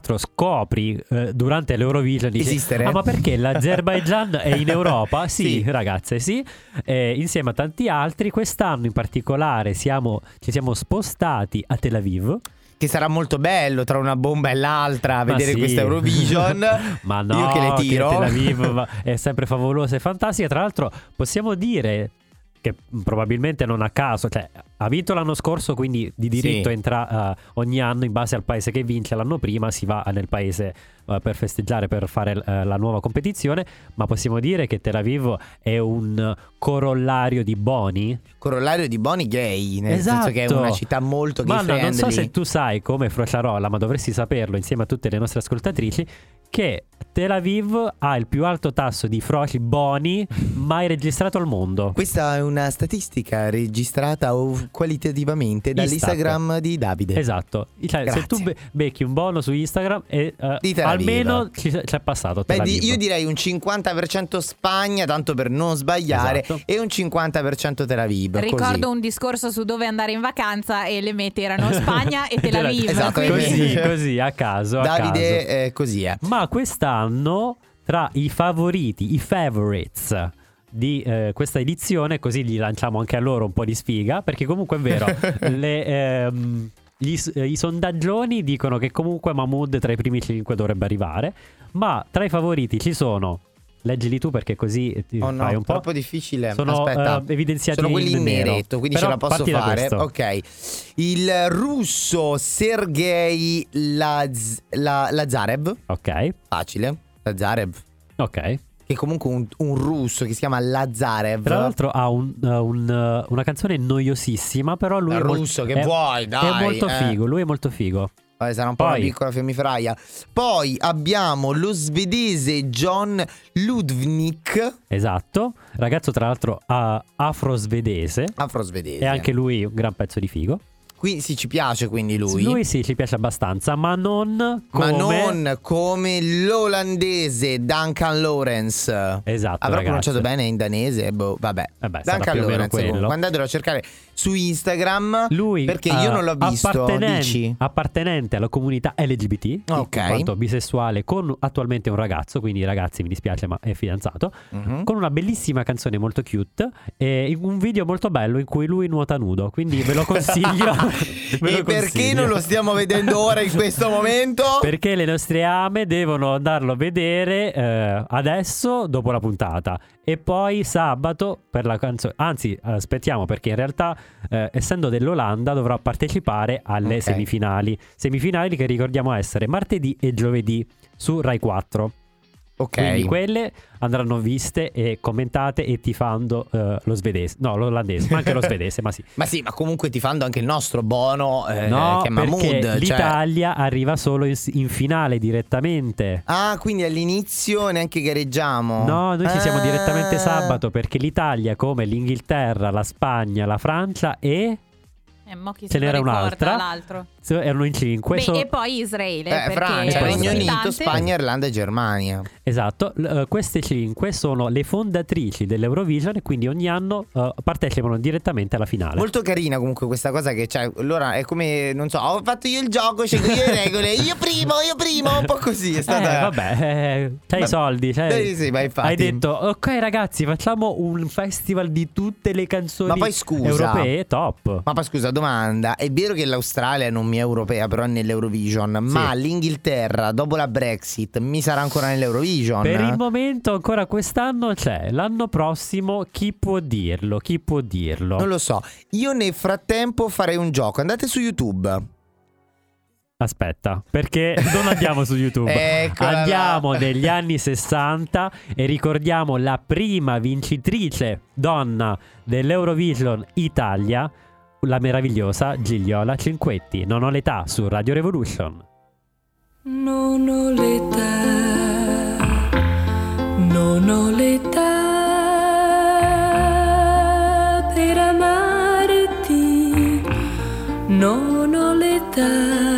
l'altro scopri eh, durante l'Eurovision, dici, Esistere? ah, ma perché l'Azerbaigian è in Europa? Sì, Sì. ragazze, sì. Eh, insieme a tanti altri, quest'anno in particolare siamo, ci siamo spostati a Tel Aviv. Che sarà molto bello tra una bomba e l'altra Ma vedere sì. questa Eurovision. Ma no, Io che le tiro. che Tel Aviv va- è sempre favolosa e fantastica. Tra l'altro possiamo dire che probabilmente non a caso, cioè ha vinto l'anno scorso, quindi di diritto Sì. entra eh, ogni anno in base al paese che vince. L'anno prima si va nel paese eh, per festeggiare, per fare eh, la nuova competizione. Ma possiamo dire che Tel Aviv è un corollario di Boni. Corollario di Boni gay, nel Esatto. senso che è una città molto gay Ma no, non so friendly. se tu sai come Frociarolla, ma dovresti saperlo insieme a tutte le nostre ascoltatrici, che Tel Aviv ha il più alto tasso di froci Boni mai registrato al mondo. Questa è una statistica registrata o- qualitativamente dall'Instagram di Davide. Esatto. Cioè, se Grazie. tu be- becchi un bono su Instagram e eh, Di Tel Aviv. almeno ci c'è passato Tel Beh, di- Aviv. io direi un cinquanta per cento Spagna, tanto per non sbagliare, Esatto. e un cinquanta per cento Tel Aviv. Ricordo così. un discorso su dove andare in vacanza e le mete erano Spagna e Tel Tel Aviv. Aviv. Esatto, quindi- Così, così, a caso. a Davide, caso. eh, così è. Ma quest'anno, tra i favoriti, i favorites di eh, questa edizione, così gli lanciamo anche a loro un po' di sfiga, perché comunque è vero, le, ehm, gli- eh, i sondaggioni dicono che comunque Mahmood tra i primi cinque dovrebbe arrivare, ma tra i favoriti ci sono, leggili tu perché così ti Oh no, fai un po'. troppo difficile. Sono Aspetta, eh, evidenziati sono quelli in nero. neretto, quindi Però ce la posso parti da fare. questo. Ok. Il russo Sergei Laz- La- Lazarev. Ok, Facile. Lazarev. ok. Che è comunque un, un russo che si chiama Lazarev. Tra l'altro ha un, uh, un, uh, una canzone noiosissima, però lui Il è mol- russo, che è- vuoi, dai, È molto eh. figo, lui è molto figo. Vabbè, sarà un po' Poi- una piccola fiammiferaia. Poi abbiamo lo svedese John Ludvig, Esatto, ragazzo tra l'altro uh, afro-svedese, afro-svedese. e anche lui un gran pezzo di figo. Qui sì, ci piace quindi lui. Lui sì, ci piace abbastanza, ma non come... Ma non come l'olandese Duncan Lawrence. Esatto, Avrà ragazzi. pronunciato bene in danese? Boh, vabbè. Vabbè, sarà Duncan più o meno Lawrence, quello. comunque. Andatelo a cercare su Instagram. Lui perché uh, io non l'ho visto. appartenen- Dici? appartenente alla comunità L G B T, Ok. in quanto bisessuale, con attualmente un ragazzo, quindi ragazzi mi dispiace ma è fidanzato, Mhm. con una bellissima canzone molto cute e in un video molto bello in cui lui nuota nudo, quindi ve lo consiglio. Ve lo E perché consiglio. non lo stiamo vedendo ora in questo momento? Perché le nostre ame devono andarlo a vedere eh, adesso dopo la puntata e poi sabato per la canzone. Anzi, aspettiamo perché in realtà eh, essendo dell'Olanda dovrà partecipare alle Ok. semifinali. Semifinali che ricordiamo essere martedì e giovedì su Rai quattro. Ok. Quindi quelle andranno viste e commentate e tifando eh, lo svedese. No, l'olandese, ma anche lo svedese, ma sì. Ma sì, ma comunque ti fanno anche il nostro bono eh, No, che è perché Mahmood. Cioè... l'Italia arriva solo in, in finale direttamente. Ah, quindi all'inizio neanche gareggiamo. No, noi ci siamo Ah. direttamente sabato perché l'Italia, come l'Inghilterra, la Spagna, la Francia e E mo chi Ce se lo n'era ricorda un'altra? l'altro. so- erano in cinque. Beh, so- e poi Israele. Eh, perché Francia, è Regno Unito, ospitante. Spagna, Irlanda e Germania. Esatto, L- eh, queste cinque sono le fondatrici dell'Eurovision e quindi ogni anno eh, partecipano direttamente alla finale. Molto carina comunque questa cosa che c'è. Allora è come, non so, ho fatto io il gioco, scelgo io le regole. Io primo, io primo, un po' così. È stata... Eh, vabbè, eh, c'hai Ma- i soldi. C'hai... Eh, sì, ma infatti. Hai detto, ok ragazzi, facciamo un festival di tutte le canzoni Ma poi scusa. europee, top. Ma poi scusa, domanda. È vero che l'Australia non mi è europea, però è nell'Eurovision. Ma l'Inghilterra, dopo la Brexit, mi sarà ancora nell'Eurovision? Per il momento ancora quest'anno c'è, l'anno prossimo chi può dirlo? Chi può dirlo? Non lo so. Io nel frattempo farei un gioco. Andate su YouTube. Aspetta, perché non andiamo su YouTube. Eccola là. Andiamo negli anni sessanta e ricordiamo la prima vincitrice donna dell'Eurovision Italia, la meravigliosa Gigliola Cinquetti. Non ho l'età su Radio Revolution. Non ho l'età, non ho l'età per amarti, non ho l'età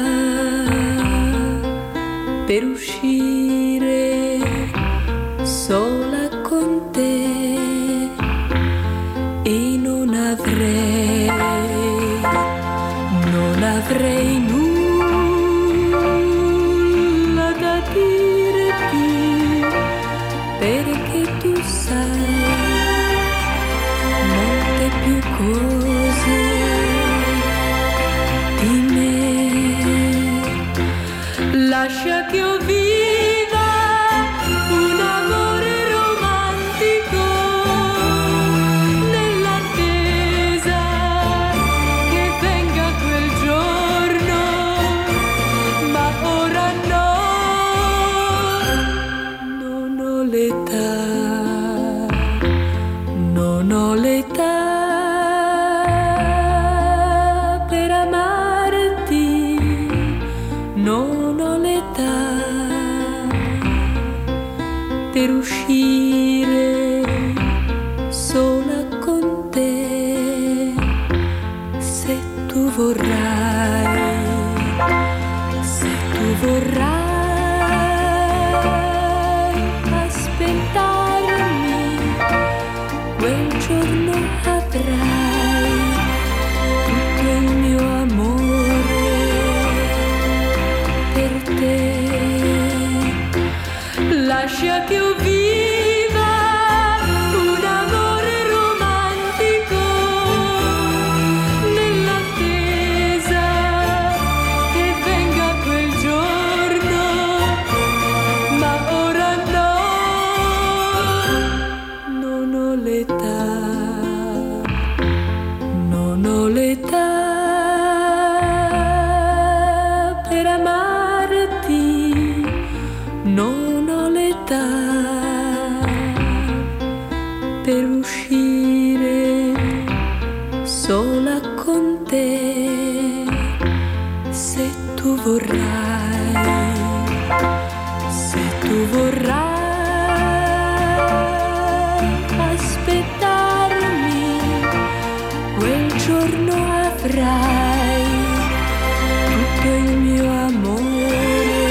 per uscire sola con te e non avrei, non avrei nulla Lascia che io viva un amore romantico nell'attesa che venga quel giorno, ma ora no, non ho l'età, non ho l'età per amarti, non ho l'età per uscire sola con te, se tu vorrai, se tu vorrai aspettarmi, quel giorno avrai tutto il mio amore per te. Lascia che io viva un amore romantico nell'attesa che venga quel giorno, ma ora no, non ho l'età, non ho l'età per amarti, non ho l'età per uscire sola con te, se tu vorrai, se tu vorrai aspettarmi, quel giorno avrai tutto il mio amore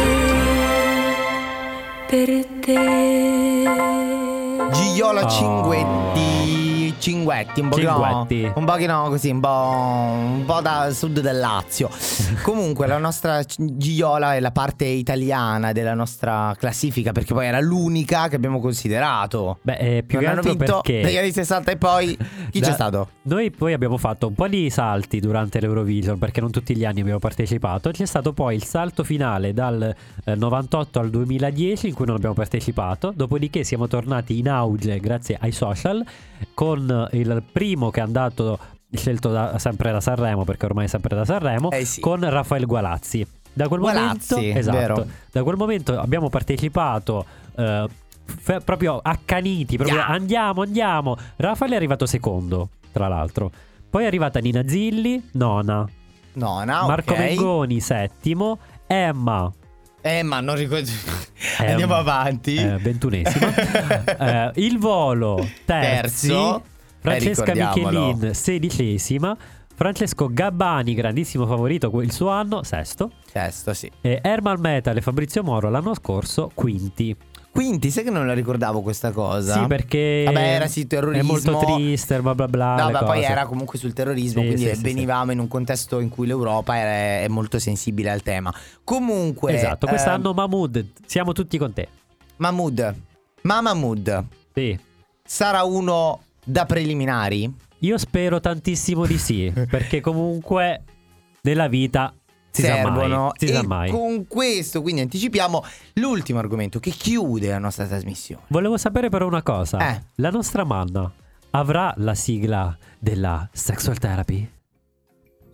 per te. Gioiola Oh. Cinguetti, Cinguetti, un pochino, Cinguetti. un pochino così, un po', un po' da sud del Lazio. Comunque la nostra Gioiola è la parte italiana della nostra classifica, perché poi era l'unica che abbiamo considerato. Beh, eh, più Non che hanno altro vinto perché negli anni sessanta e poi chi Da- c'è stato? Noi poi abbiamo fatto un po' di salti durante l'Eurovision, perché non tutti gli anni abbiamo partecipato. C'è stato poi il salto finale dal eh, novantotto al duemiladieci in cui non abbiamo partecipato. Dopodiché siamo tornati in auge grazie ai social, con il primo che è andato scelto da- sempre da Sanremo, perché ormai è sempre da Sanremo, Eh sì. con Raffaele Gualazzi. Da quel Gualazzi, momento, esatto, vero. da quel momento abbiamo partecipato eh, f- proprio accaniti, proprio Yeah. andiamo, andiamo. Raffaele è arrivato secondo, tra l'altro. Poi è arrivata Nina Zilli, nona. Nona, Marco ok. Mengoni, settimo. Emma, Eh, ma non ricordo. Ehm, Andiamo avanti. eh, ventunesima. Eh, Il Volo, terzi. Terzo. Francesca Eh, ricordiamolo. Michelin, sedicesima. Francesco Gabbani, grandissimo favorito il suo anno, sesto. Sesto, sì. E Ermal Metal e Fabrizio Moro l'anno scorso, quinti. Quindi, sai che non la ricordavo questa cosa? Sì, perché Vabbè, era sì, terrorismo. è molto triste, bla bla bla. No, le ma poi cose. era comunque sul terrorismo, Sì, quindi sì, sì, venivamo in un contesto in cui l'Europa era- è molto sensibile al tema. Comunque, Esatto, quest'anno ehm, Mahmood, siamo tutti con te. Mahmood, ma Mahmood Sì. sarà uno da preliminari? Io spero tantissimo di sì, perché comunque nella vita si servono sa mai. Si e sa mai. con questo quindi anticipiamo l'ultimo argomento che chiude la nostra trasmissione. Volevo sapere però una cosa. Eh. La nostra Manna avrà la sigla della sexual therapy? Oh,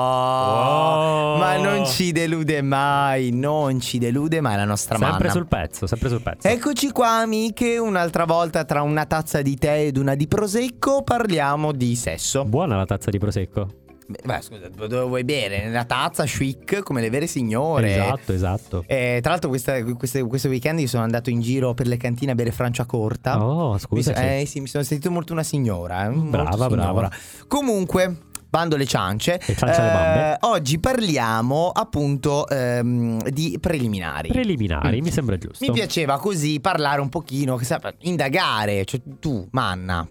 Oh. ma non ci delude mai, non ci delude mai la nostra Sempre manna. sul pezzo, sempre sul pezzo. Eccoci qua amiche, un'altra volta tra una tazza di tè ed una di prosecco parliamo di sesso. Buona la tazza di prosecco. Beh, beh, scusa, dove vuoi bere? Nella tazza chic come le vere signore. Esatto, esatto. Eh, tra l'altro questa- queste- questo weekend io sono andato in giro per le cantine a bere Franciacorta. Oh, Mi scusa. so- eh sì, mi sono sentito molto una signora, eh, molto Brava, signora. brava. Comunque, bando le ciance, Le ciance alle bambe. eh, oggi parliamo appunto ehm, di preliminari. Preliminari, Mm. mi sembra giusto. Mi piaceva così parlare un pochino, che sa- indagare, cioè tu, Manna.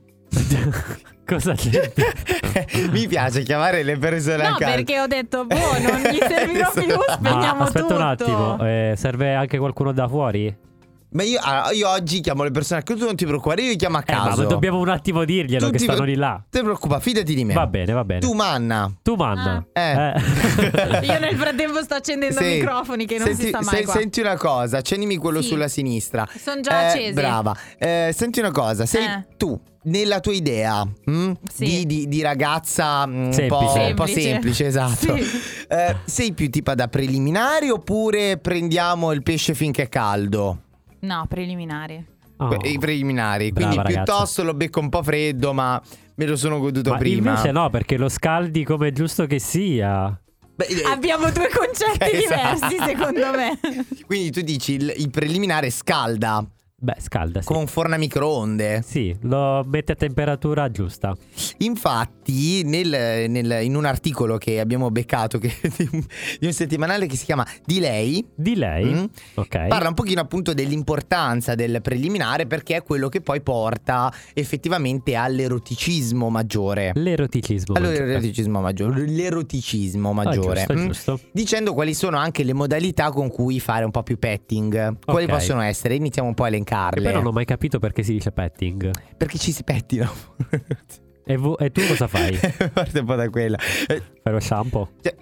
Cosa c'è? Mi piace chiamare le persone a No, caso. perché ho detto, boh, non gli servirò più, Ma spegniamo aspetta tutto. un attimo, eh, serve anche qualcuno da fuori? Ma io, allora, io oggi chiamo le persone, tu non ti preoccupare, io li chiamo a Eh, caso. ma dobbiamo un attimo dirglielo Tu che ti- stanno lì là. Non ti preoccupa, fidati di me. Va bene, va bene. Tu manna. Tu manna. Eh. Io nel frattempo sto accendendo Sì. microfoni che non Senti, si sta mai se- qua. Senti una cosa, accendimi quello Sì. sulla sinistra. Sono già Eh, accesi. Brava. Eh, senti una cosa, sei Eh. tu nella tua idea mm, Sì. di, di- di ragazza mm, un, Semplice. po', un po' Semplice. semplice, esatto. Sì. Eh, sei più tipa da preliminari oppure prendiamo il pesce finché è caldo? No, preliminari. Oh. Que- I preliminari, Brava, quindi ragazza. piuttosto lo becco un po' freddo, ma me lo sono goduto Ma prima. invece no, perché lo scaldi come è giusto che sia. Beh, eh, Abbiamo due concetti Esatto. diversi, secondo me. Quindi tu dici il, il preliminare scalda Beh, scalda, sì. come un forno a microonde. Sì, lo mette a temperatura giusta. Infatti, nel- nel- in un articolo che abbiamo beccato che, di, un, di un settimanale che si chiama Di lei, Di lei? Mm. Ok. parla un pochino appunto dell'importanza del preliminare, perché è quello che poi porta effettivamente all'eroticismo maggiore. L'eroticismo. maggiore. All'eroticismo maggiore. L'eroticismo maggiore. giusto, Mm. giusto. Dicendo quali sono anche le modalità con cui fare un po' più petting. Quali Ok. possono essere? Iniziamo un po' a Che elencarle. poi non ho mai capito perché si dice petting. Perché ci si pettino. E, vo- e tu cosa fai? Parte un po' da quella. Eh, Fai lo shampoo? cioè,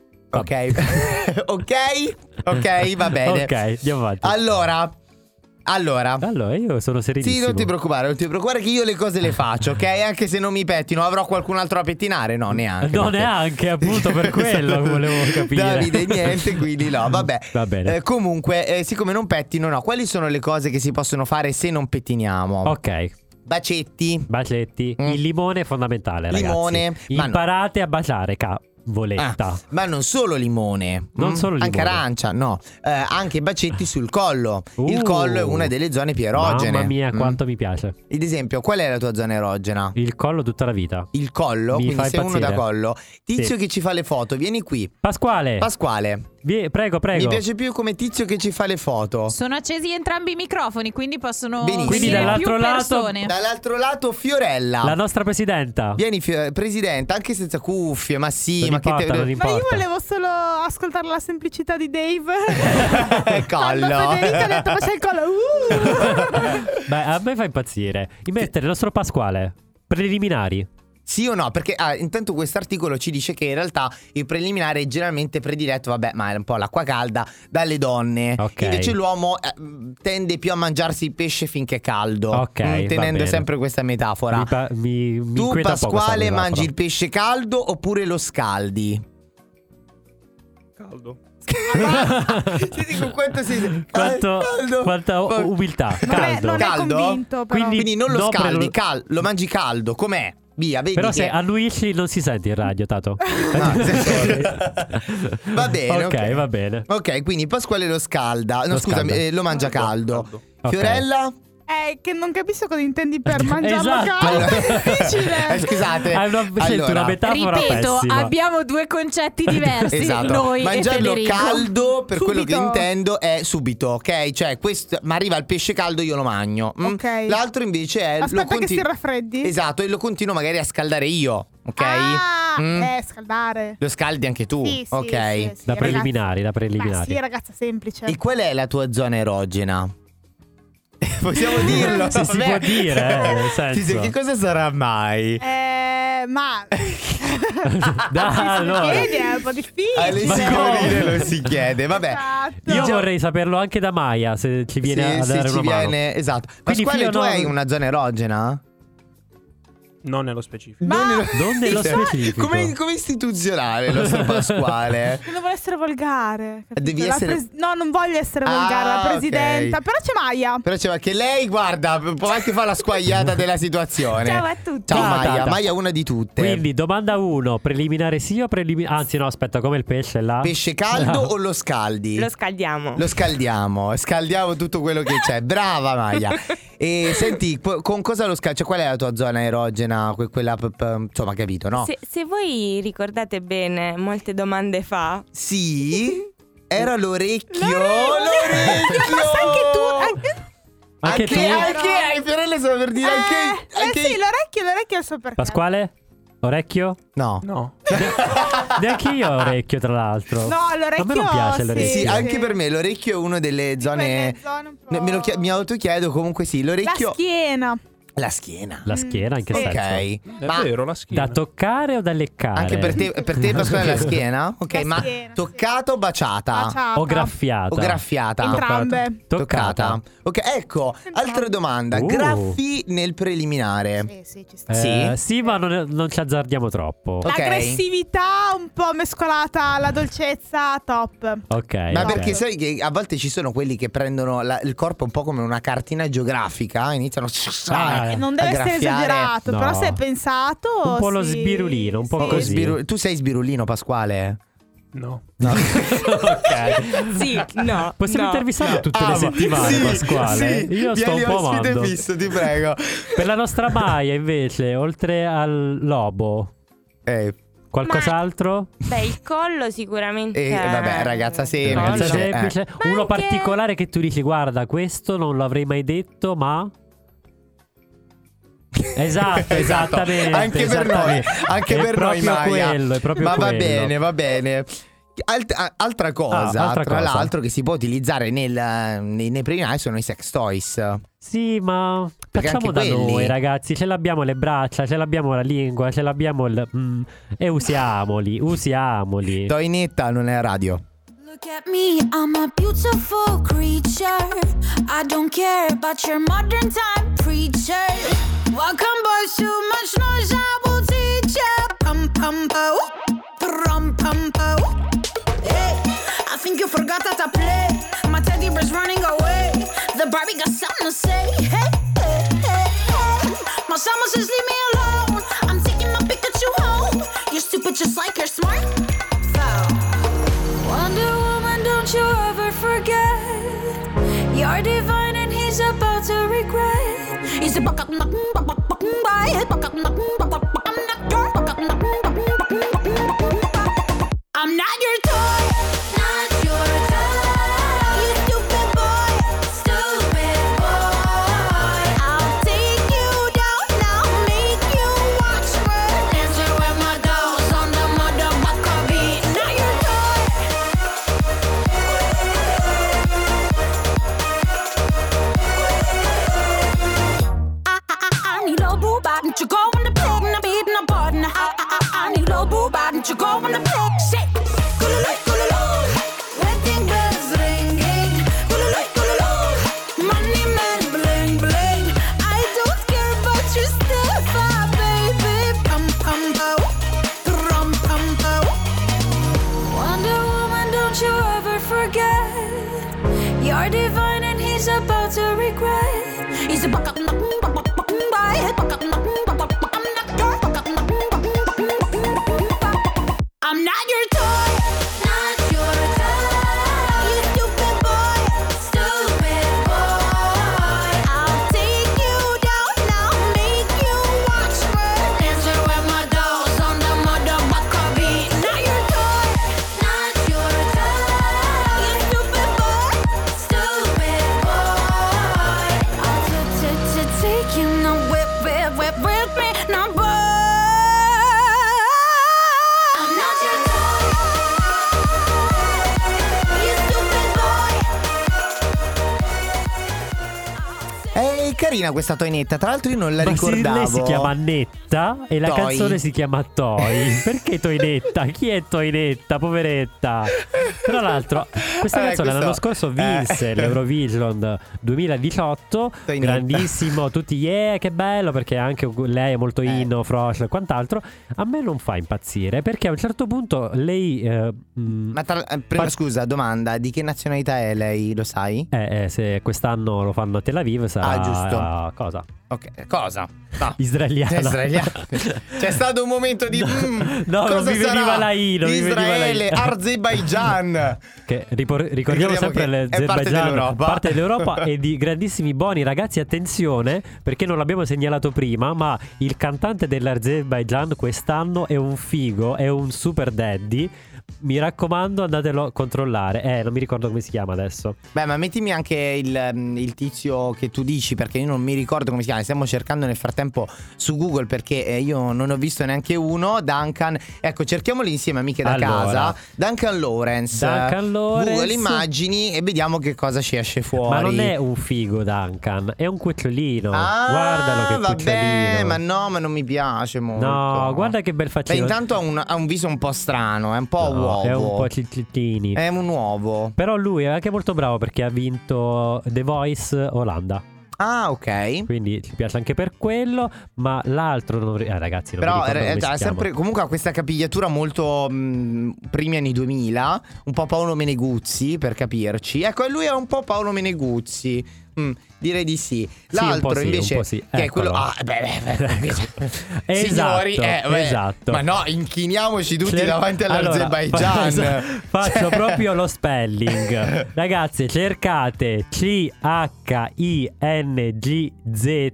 ok. ok. Ok, va bene. Ok, andiamo avanti. Allora. Allora. Allora, io sono serenissimo. Sì, non ti preoccupare, non ti preoccupare che io le cose le faccio, ok? Anche se non mi pettino, avrò qualcun altro a pettinare? No, neanche. No, perché- neanche, appunto per quello volevo capire. Davide, niente, quindi no, vabbè. Va bene. Eh, comunque, eh, siccome non pettino, no, quali sono le cose che si possono fare se non pettiniamo? Ok, Bacetti. bacetti. Mm. Il limone è fondamentale, ragazzi. Limone, ma no. Imparate a baciare, cavoletta. Ah, ma non solo limone, Non mm? solo anche limone. arancia, no, eh, anche bacetti sul collo. Il Uh. collo è una delle zone più erogene. Mamma mia, Mm. quanto mi piace. Ad esempio, qual è la tua zona erogena? Il collo tutta la vita. Il collo, Mi quindi fa sei uno da impazzire. collo. Tizio Sì. che ci fa le foto, vieni qui. Pasquale, Pasquale, vie- prego, prego. mi piace più come tizio che ci fa le foto. Sono accesi entrambi i microfoni, quindi possono Benissimo. Quindi venire dall'altro più lato- persone. Dall'altro lato Fiorella. La nostra presidenta. Vieni Fio- Presidente, anche senza cuffie, ma sì, Non ma che importa, non te... importa. Ma io volevo solo ascoltare la semplicità di Dave. Collo. Quando Federica ha detto faccia il collo. Uh! Beh, a me fa impazzire. Mettere il nostro Pasquale. Preliminari. Sì o no? Perché ah, intanto quest'articolo ci dice che in realtà il preliminare è generalmente prediletto, vabbè, ma è un po' l'acqua calda, dalle donne. Ok. Invece l'uomo eh, tende più a mangiarsi il pesce finché è caldo. Ok, Mm, va tenendo bene. sempre questa metafora. Mi, pa- mi, mi Tu, inquieta un po' questa Pasquale, metafora. mangi il pesce caldo oppure lo scaldi? Caldo. Ti dico quanto sei Quanto, caldo. quanta Va- umiltà. Non è, Caldo. non è Caldo? convinto, però. Quindi- Quindi non lo No, scaldi, però- cal- lo mangi caldo, com'è? Via, vedi Però che... se annuisci non si sente in radio, Tato. No, se- Va bene, Ok, ok. va bene. Ok, quindi Pasquale lo scalda. No, Lo scusami, scalda. eh, lo mangia caldo. caldo. Ok. Fiorella? È che non capisco cosa intendi per mangiarlo Esatto. caldo. È difficile. Eh, scusate. Hai una, scelto Allora, una metafora Ripeto, pessima. abbiamo due concetti diversi, Esatto. noi Mangiarlo e Federico. caldo, per quello che Subito. intendo, è subito, ok? Cioè, questo, ma arriva il pesce caldo, io lo mangio. mm? Ok. L'altro invece è. lo Aspetta che continu- si raffreddi. Esatto, e lo continuo magari a scaldare io, ok? Ah, Mm? eh, scaldare. Lo scaldi anche tu, Sì, sì, ok? sì, sì, Da ragazzi. preliminari, da preliminari. Beh, sì, ragazza, semplice. E qual è la tua zona erogena? Possiamo dirlo? Se si Vabbè. può dire, eh, nel senso. Ti dico, che cosa sarà mai? Eh, ma Dai, si allora. chiede, è un po' difficile. Alle Ma signorine come? lo si chiede, vabbè. Esatto. Io vorrei saperlo anche da Maya, se ci viene Sì, a sì, dare ci una mano. viene, esatto. Quindi Pasquale, Fio tu non- hai una zona erogena? Non nello specifico. Ma- Non nello Sì. specifico. Come, come istituzionale il nostro Pasquale. Non vuole essere volgare. capito? Devi La essere- pres- No, non voglio essere Ah, volgare, la ok. presidenta. Però c'è Maya. Però c'è che lei, guarda, può anche fare la squagliata della situazione. Ciao a tutti. Ciao Ciao, Maya, Tata. Maya è una di tutte. Quindi domanda uno, preliminare sì o preliminare? Anzi no, aspetta, come il pesce là? Pesce caldo o lo scaldi? Lo scaldiamo. Lo scaldiamo, scaldiamo tutto quello che c'è. Brava Maya. E senti, po- con cosa lo scaldi? Cioè, qual è la tua zona erogena? Que- quella, p- p- insomma, capito, no? Se, se voi ricordate bene, molte domande fa, Sì, era l'orecchio. L'orecchio. Ma sai anche tu. Anche, Anche Anche, tu? anche ai Fiorelle stavo per dire anche, eh, anche eh sì, l'orecchio, l'orecchio è il suo perché. Pasquale? Orecchio? No. No. Neanche io ho orecchio, tra l'altro. No, l'orecchio. A me non piace sì, l'orecchio. Sì, sì. anche per me l'orecchio è una delle zone. Quelle zone un po'- Ne- Me lo chie- mi autochiedo comunque sì, l'orecchio. La schiena. La schiena. La schiena, in che Sì. senso? Ok. È Ma vero, la schiena. Da toccare o da leccare? anche per te, per te Pasquale, la schiena? Ok, La ma schiena, toccata o baciata? Baciata. O graffiata? O graffiata? Entrambe. Toccata. Ok, ecco, altra domanda. Uh. Graffi nel preliminare. Sì, sì, ci sta. Eh, Sì? sì, ma non, non ci azzardiamo troppo. Ok. L'aggressività un po' mescolata alla dolcezza, top. Ok. Ma ok. perché sai che a volte ci sono quelli che prendono la- il corpo un po' come una cartina geografica, iniziano Ah, a Non deve essere graffiare. esagerato, No. però se è pensato. Un po' lo sì. sbirulino, un po' Sì. così. Sbiru- tu sei sbirullino, Pasquale? No. Ok. Sì, no. Possiamo no, intervistarlo no. tutte le Ah, settimane, sì, Pasquale. sì, Io sto vieni un po' ospite amando. fisso, ti prego. Per la nostra Maya, invece, oltre al lobo, Eh, qualcos'altro? Beh, il collo sicuramente. E vabbè, ragazza semplice. Ragazza Eh. semplice. Ma Uno anche- particolare che tu dici, guarda, questo non l'avrei mai detto, ma... Esatto, esattamente. Anche per noi, esattamente. anche È per noi, proprio Maya. quello, è proprio Ma va quello. bene, va bene. Alt- a- altra cosa, Ah, altra tra cosa. l'altro, che si può utilizzare nel, nei, nei preliminari sono i sex toys. Sì, ma Perché facciamo da anche quelli- noi, ragazzi. Ce l'abbiamo le braccia, ce l'abbiamo la lingua, ce l'abbiamo il... mm, e usiamoli, usiamoli. Toinetta non è radio. Look at me, I'm a beautiful creature. I don't care about your modern time preacher. Welcome boys, too much noise, I will teach ya. Pum pum po, pum pum po. Hey, I think you forgot how to play. My teddy bear's running away. The Barbie got something to say. Hey, hey, hey, hey. My summer says leave me alone. I'm taking my Pikachu home. You're stupid just like you're smart. Wonder Woman, don't you ever forget. You're divine and he's about to regret. He's a buck up, buck up, buck up, buy it, buck up, buck up, buck up, buck up, I'm not your buck up, buck up, buck up, buck up. I'm not your toy, not your toy. You stupid boy, stupid boy. I'll take you down, I'll make you watch me dancing with my dolls on the motherfucker beat. Not your toy. I, I, I, I need a boo bot, don't you go on the pig, and I'm beating a button. I, I, I, I need a boo bot, don't you go on the pig, shit. Gululu, gululu, wedding bells ringing. Gululu, gululu, money man bling bling. I don't care about your stuff, ah, baby. Pum pum po, pum pum po. Wonder Woman, don't you ever forget. You're divine and he's about to regret. He's a buck up, buck up, buck up, buy it, buck up, buck up, buck up, I'm not your buck up, buck up, buck up. I'm not your toy, not your toy. You stupid boy, stupid boy. I'll take you down, I'll make you watch me dancing with my dolls on the motherfucker beat. Not your toy, not your toy. You stupid boy, stupid boy. I'll t- t- t- take you now, whip, whip, whip with me now, boy. I'm not your toy. You stupid boy. È carina questa toinetta, tra l'altro io non la Ma sì, ricordavo. lei si chiama Netta e la Toy. canzone si chiama Toy. Perché Toinetta? Chi è Toinetta? Poveretta. Tra l'altro, questa Eh, canzone questo- l'anno scorso vinse eh. l'Eurovision duemiladiciotto. Toinetta. Grandissimo, tutti yeah, che bello, perché anche lei è molto Eh. inno, frosh e quant'altro. A me non fa impazzire perché a un certo punto lei eh, mm, Ma tra- eh, prima Fa- scusa, domanda, di che nazionalità è lei, lo sai? eh, eh, se quest'anno lo fanno a Tel Aviv sarà Ah, giusto. cosa? Ok, cosa? No. Israeliana. Israeliana. C'è stato un momento di mm, No, non cosa mi veniva sarà? la I, non mi veniva la I. Israele, Azerbaijan. Che ripor- ricordiamo Ricordiamo sempre che è parte l'Azerbaijan, dell'Europa. parte dell'Europa e di grandissimi buoni. Ragazzi, attenzione, perché non l'abbiamo segnalato prima, ma il cantante dell'Azerbaijan quest'anno è un figo, è un super daddy. mi raccomando, andatelo a controllare. Eh, non mi ricordo come si chiama adesso. Beh, ma mettimi anche il, il tizio che tu dici, perché io non mi ricordo come si chiama. Stiamo cercando nel frattempo su Google, perché eh, io non ho visto neanche uno. Duncan, ecco, cerchiamoli insieme, amiche da Allora. casa. Duncan Lawrence. Duncan Lawrence. Google immagini e vediamo che cosa ci esce fuori. Ma non è un figo Duncan, è un cucciolino. Ah, Guardalo che vabbè, cucciolino. ma no, ma non mi piace molto. No, guarda che bel Beh, faccino. intanto ha un, ha un viso un po' strano, è un po' No, uovo. è un po' ciccittini. È un uovo. Però lui è anche molto bravo perché ha vinto The Voice Olanda. Ah, ok. Quindi ci piace anche per quello. Ma l'altro non... eh, ragazzi, non Però mi ricordo eh, come si ha chiama. sempre, comunque ha questa capigliatura molto mh, primi anni duemila. Un po' Paolo Meneguzzi, per capirci. Ecco, e lui è un po' Paolo Meneguzzi. Mm, direi di sì. L'altro un po' sì, invece un po' sì. che è quello. Eccolo. Ah, beh, beh, beh. Esatto, Signori, eh, beh, esatto. Ma no, inchiniamoci tutti Cer- davanti all'Azerbaijan. Allora, fa- faccio Cioè- proprio lo spelling. Ragazzi, cercate C H I N G Z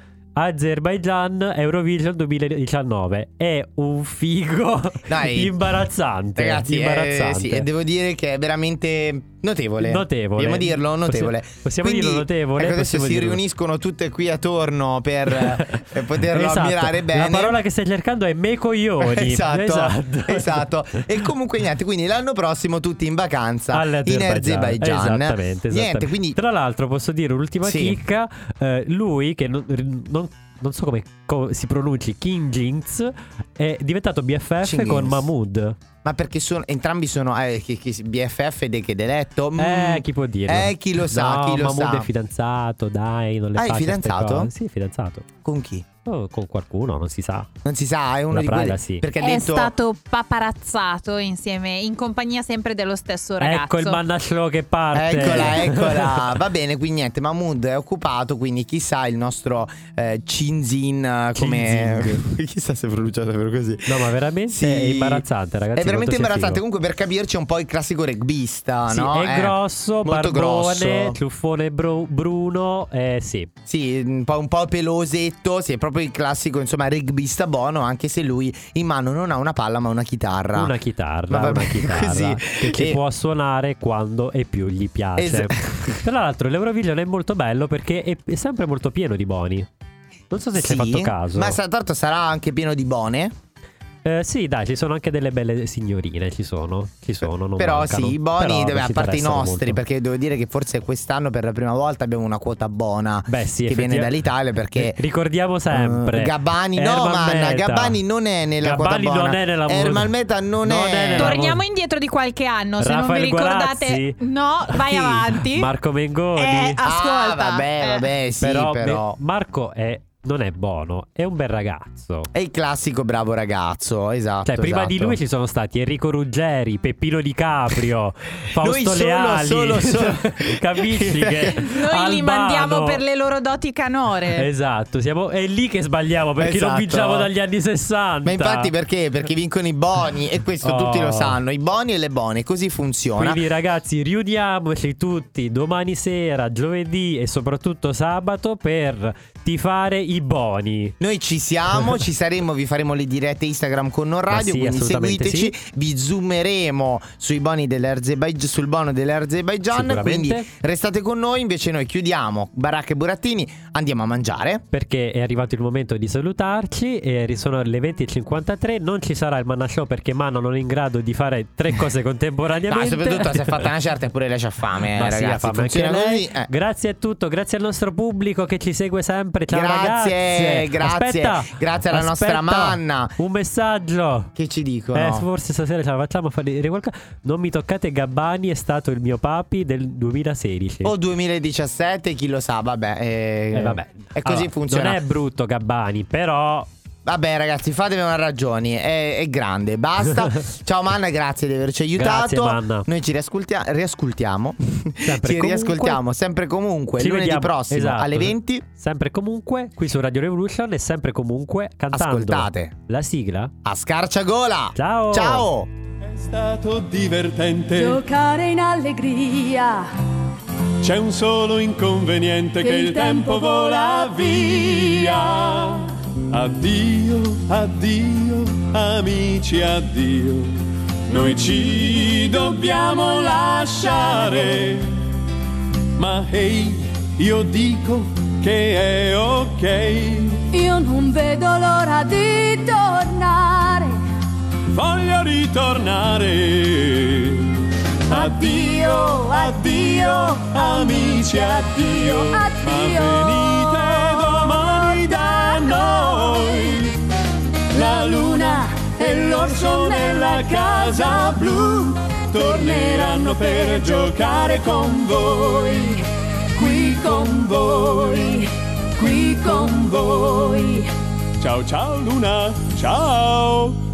Azerbaijan Eurovision duemiladiciannove. È un figo Dai. imbarazzante. Ragazzi, eh, imbarazzante. sì, e devo dire che è veramente notevole. Notevole. Dobbiamo dirlo, notevole. Possi- possiamo Quindi, dirlo notevole, ecco, adesso possiamo si dirlo. riuniscono tutte qui attorno per, per poterlo Esatto. ammirare bene. La parola che stai cercando è me coglioni. Esatto, esatto. esatto. E comunque niente, quindi l'anno prossimo tutti in vacanza in Azerbaijan. Esattamente, Niente, esattamente. quindi Tra l'altro posso dire un'ultima Sì. chicca, eh, lui che non, non, non so come co- si pronunci, King Jinx, è diventato B F F King con Jinx. Mahmood. ma perché sono entrambi sono eh, chi, chi, B F F de che deletto. Mm. Eh, chi può dirlo? Eh, chi lo sa, no, chi lo Mahmood sa. è fidanzato, dai, non le Ah, è faccia ste fidanzato? cose. Sì, è fidanzato. Con chi? Oh, con qualcuno, non si sa. Non si sa, è uno La di quelli. privacy. Perché ha È detto stato paparazzato insieme, in compagnia sempre dello stesso ragazzo. Ecco il mannasciò che parte. Eccola, eccola. Va bene, quindi niente, Mahmood è occupato, quindi chissà il nostro eh, Cinzin eh, come chissà se è pronunciato proprio così. No, ma veramente Sì. è imbarazzante, ragazzi. È veramente quanto sia imbarazzante. figo. Comunque, per capirci, è un po' il classico rugbista, Sì, no? è Eh, grosso, molto barbone, grosso. ciuffone bru- bruno, eh, sì. Sì, un po', un po' pelosetto. Sì, è proprio il classico, insomma, rugbista buono. Anche se lui in mano non ha una palla, ma una chitarra. Una chitarra, Ma vabbè, una chitarra così. che ci E- può suonare quando e più gli piace. Esatto. Tra l'altro l'Eurovision è molto bello perché è, è sempre molto pieno di boni. Non so se ci hai Sì, fatto caso. ma sa- tanto sarà anche pieno di bone. Eh, sì, dai, ci sono anche delle belle signorine, ci sono, ci sono, non Però mancano. sì, i boni, Però dove- non a ci parte i interessano nostri, molto. perché devo dire che forse quest'anno per la prima volta abbiamo una quota buona Beh, sì, che viene effettiva- dall'Italia, perché ricordiamo sempre eh, Gabbani, no, Ermal Manna, Meta. Gabbani non è nella Gabbani quota buona. non è nella Ermal Meta non, non è, è nella- Torniamo indietro di qualche anno, se non Raffaele vi ricordate. Guarazzi? No, vai Chi? avanti. Marco Mengoni. Eh, ascolta. Ah, vabbè, eh. vabbè, sì, però, però, beh, Marco è, non è buono, è un bel ragazzo. è il classico bravo ragazzo, esatto. Cioè, prima esatto. di lui ci sono stati Enrico Ruggeri, Peppino Di Caprio, Fausto Noi solo, Leali. solo, solo. Capisci che Noi li Albano- mandiamo per le loro doti canore. Esatto, siamo, è lì che sbagliamo perché Esatto. non vinciamo dagli anni sessanta. Ma infatti perché? Perché vincono i boni e questo Oh. tutti lo sanno, i boni e le bone, così funziona. Quindi ragazzi, riuniamoci tutti domani sera, giovedì e soprattutto sabato per tifare i boni. Noi ci siamo, ci saremo, vi faremo le dirette Instagram con Non Radio, sì, quindi assolutamente seguiteci, vi zoomeremo sui boni dell'Azerbaijan, sul bono dell'Azerbaijan, Sicuramente. quindi restate con noi, invece noi chiudiamo Baracca e Burattini, andiamo a mangiare. Perché è arrivato il momento di salutarci e sono le venti e cinquantatré. Non ci sarà il Manna Show perché Mano non è in grado di fare tre cose No, contemporaneamente. soprattutto se è fatta una certa e pure lei c'ha fame, eh, Ma sì, ragazzi, ha fame anche funziona lei. così. eh. Grazie a tutto, grazie al nostro pubblico che ci segue sempre. Ciao Grazie, ragazze. grazie, Aspetta, grazie alla nostra aspetta. Manna. Un messaggio. Che ci dicono? Eh, forse stasera ce la facciamo a fare dire qualcosa. Non mi toccate, Gabbani è stato il mio papi del duemilasedici. O duemiladiciassette, chi lo sa, vabbè. eh, Eh, vabbè. E così Allora, funziona. Non è brutto Gabbani, però Vabbè ragazzi, fatemi una ragioni, è, è grande, basta. Ciao Manna, grazie di averci aiutato. Grazie, Manna. Noi ci riascoltia- riascoltiamo Sempre Ci comunque. riascoltiamo sempre comunque Ci lunedì vediamo, prossimo esatto. alle venti. sempre comunque qui su Radio Revolution e sempre comunque cantando Ascoltate la sigla. a scarciagola. Ciao. Ciao. È stato divertente. Giocare in allegria, C'è un solo inconveniente che il tempo vola via. Addio, addio, amici, addio. noi ci dobbiamo lasciare. Ma ehi, io dico che è ok. Io non vedo l'ora di tornare. Voglio ritornare. Addio, addio, amici, addio. Addio. Ma venite domani da noi. La luna e l'orso nella casa blu torneranno per giocare con voi. Qui con voi, qui con voi. Ciao ciao luna, ciao.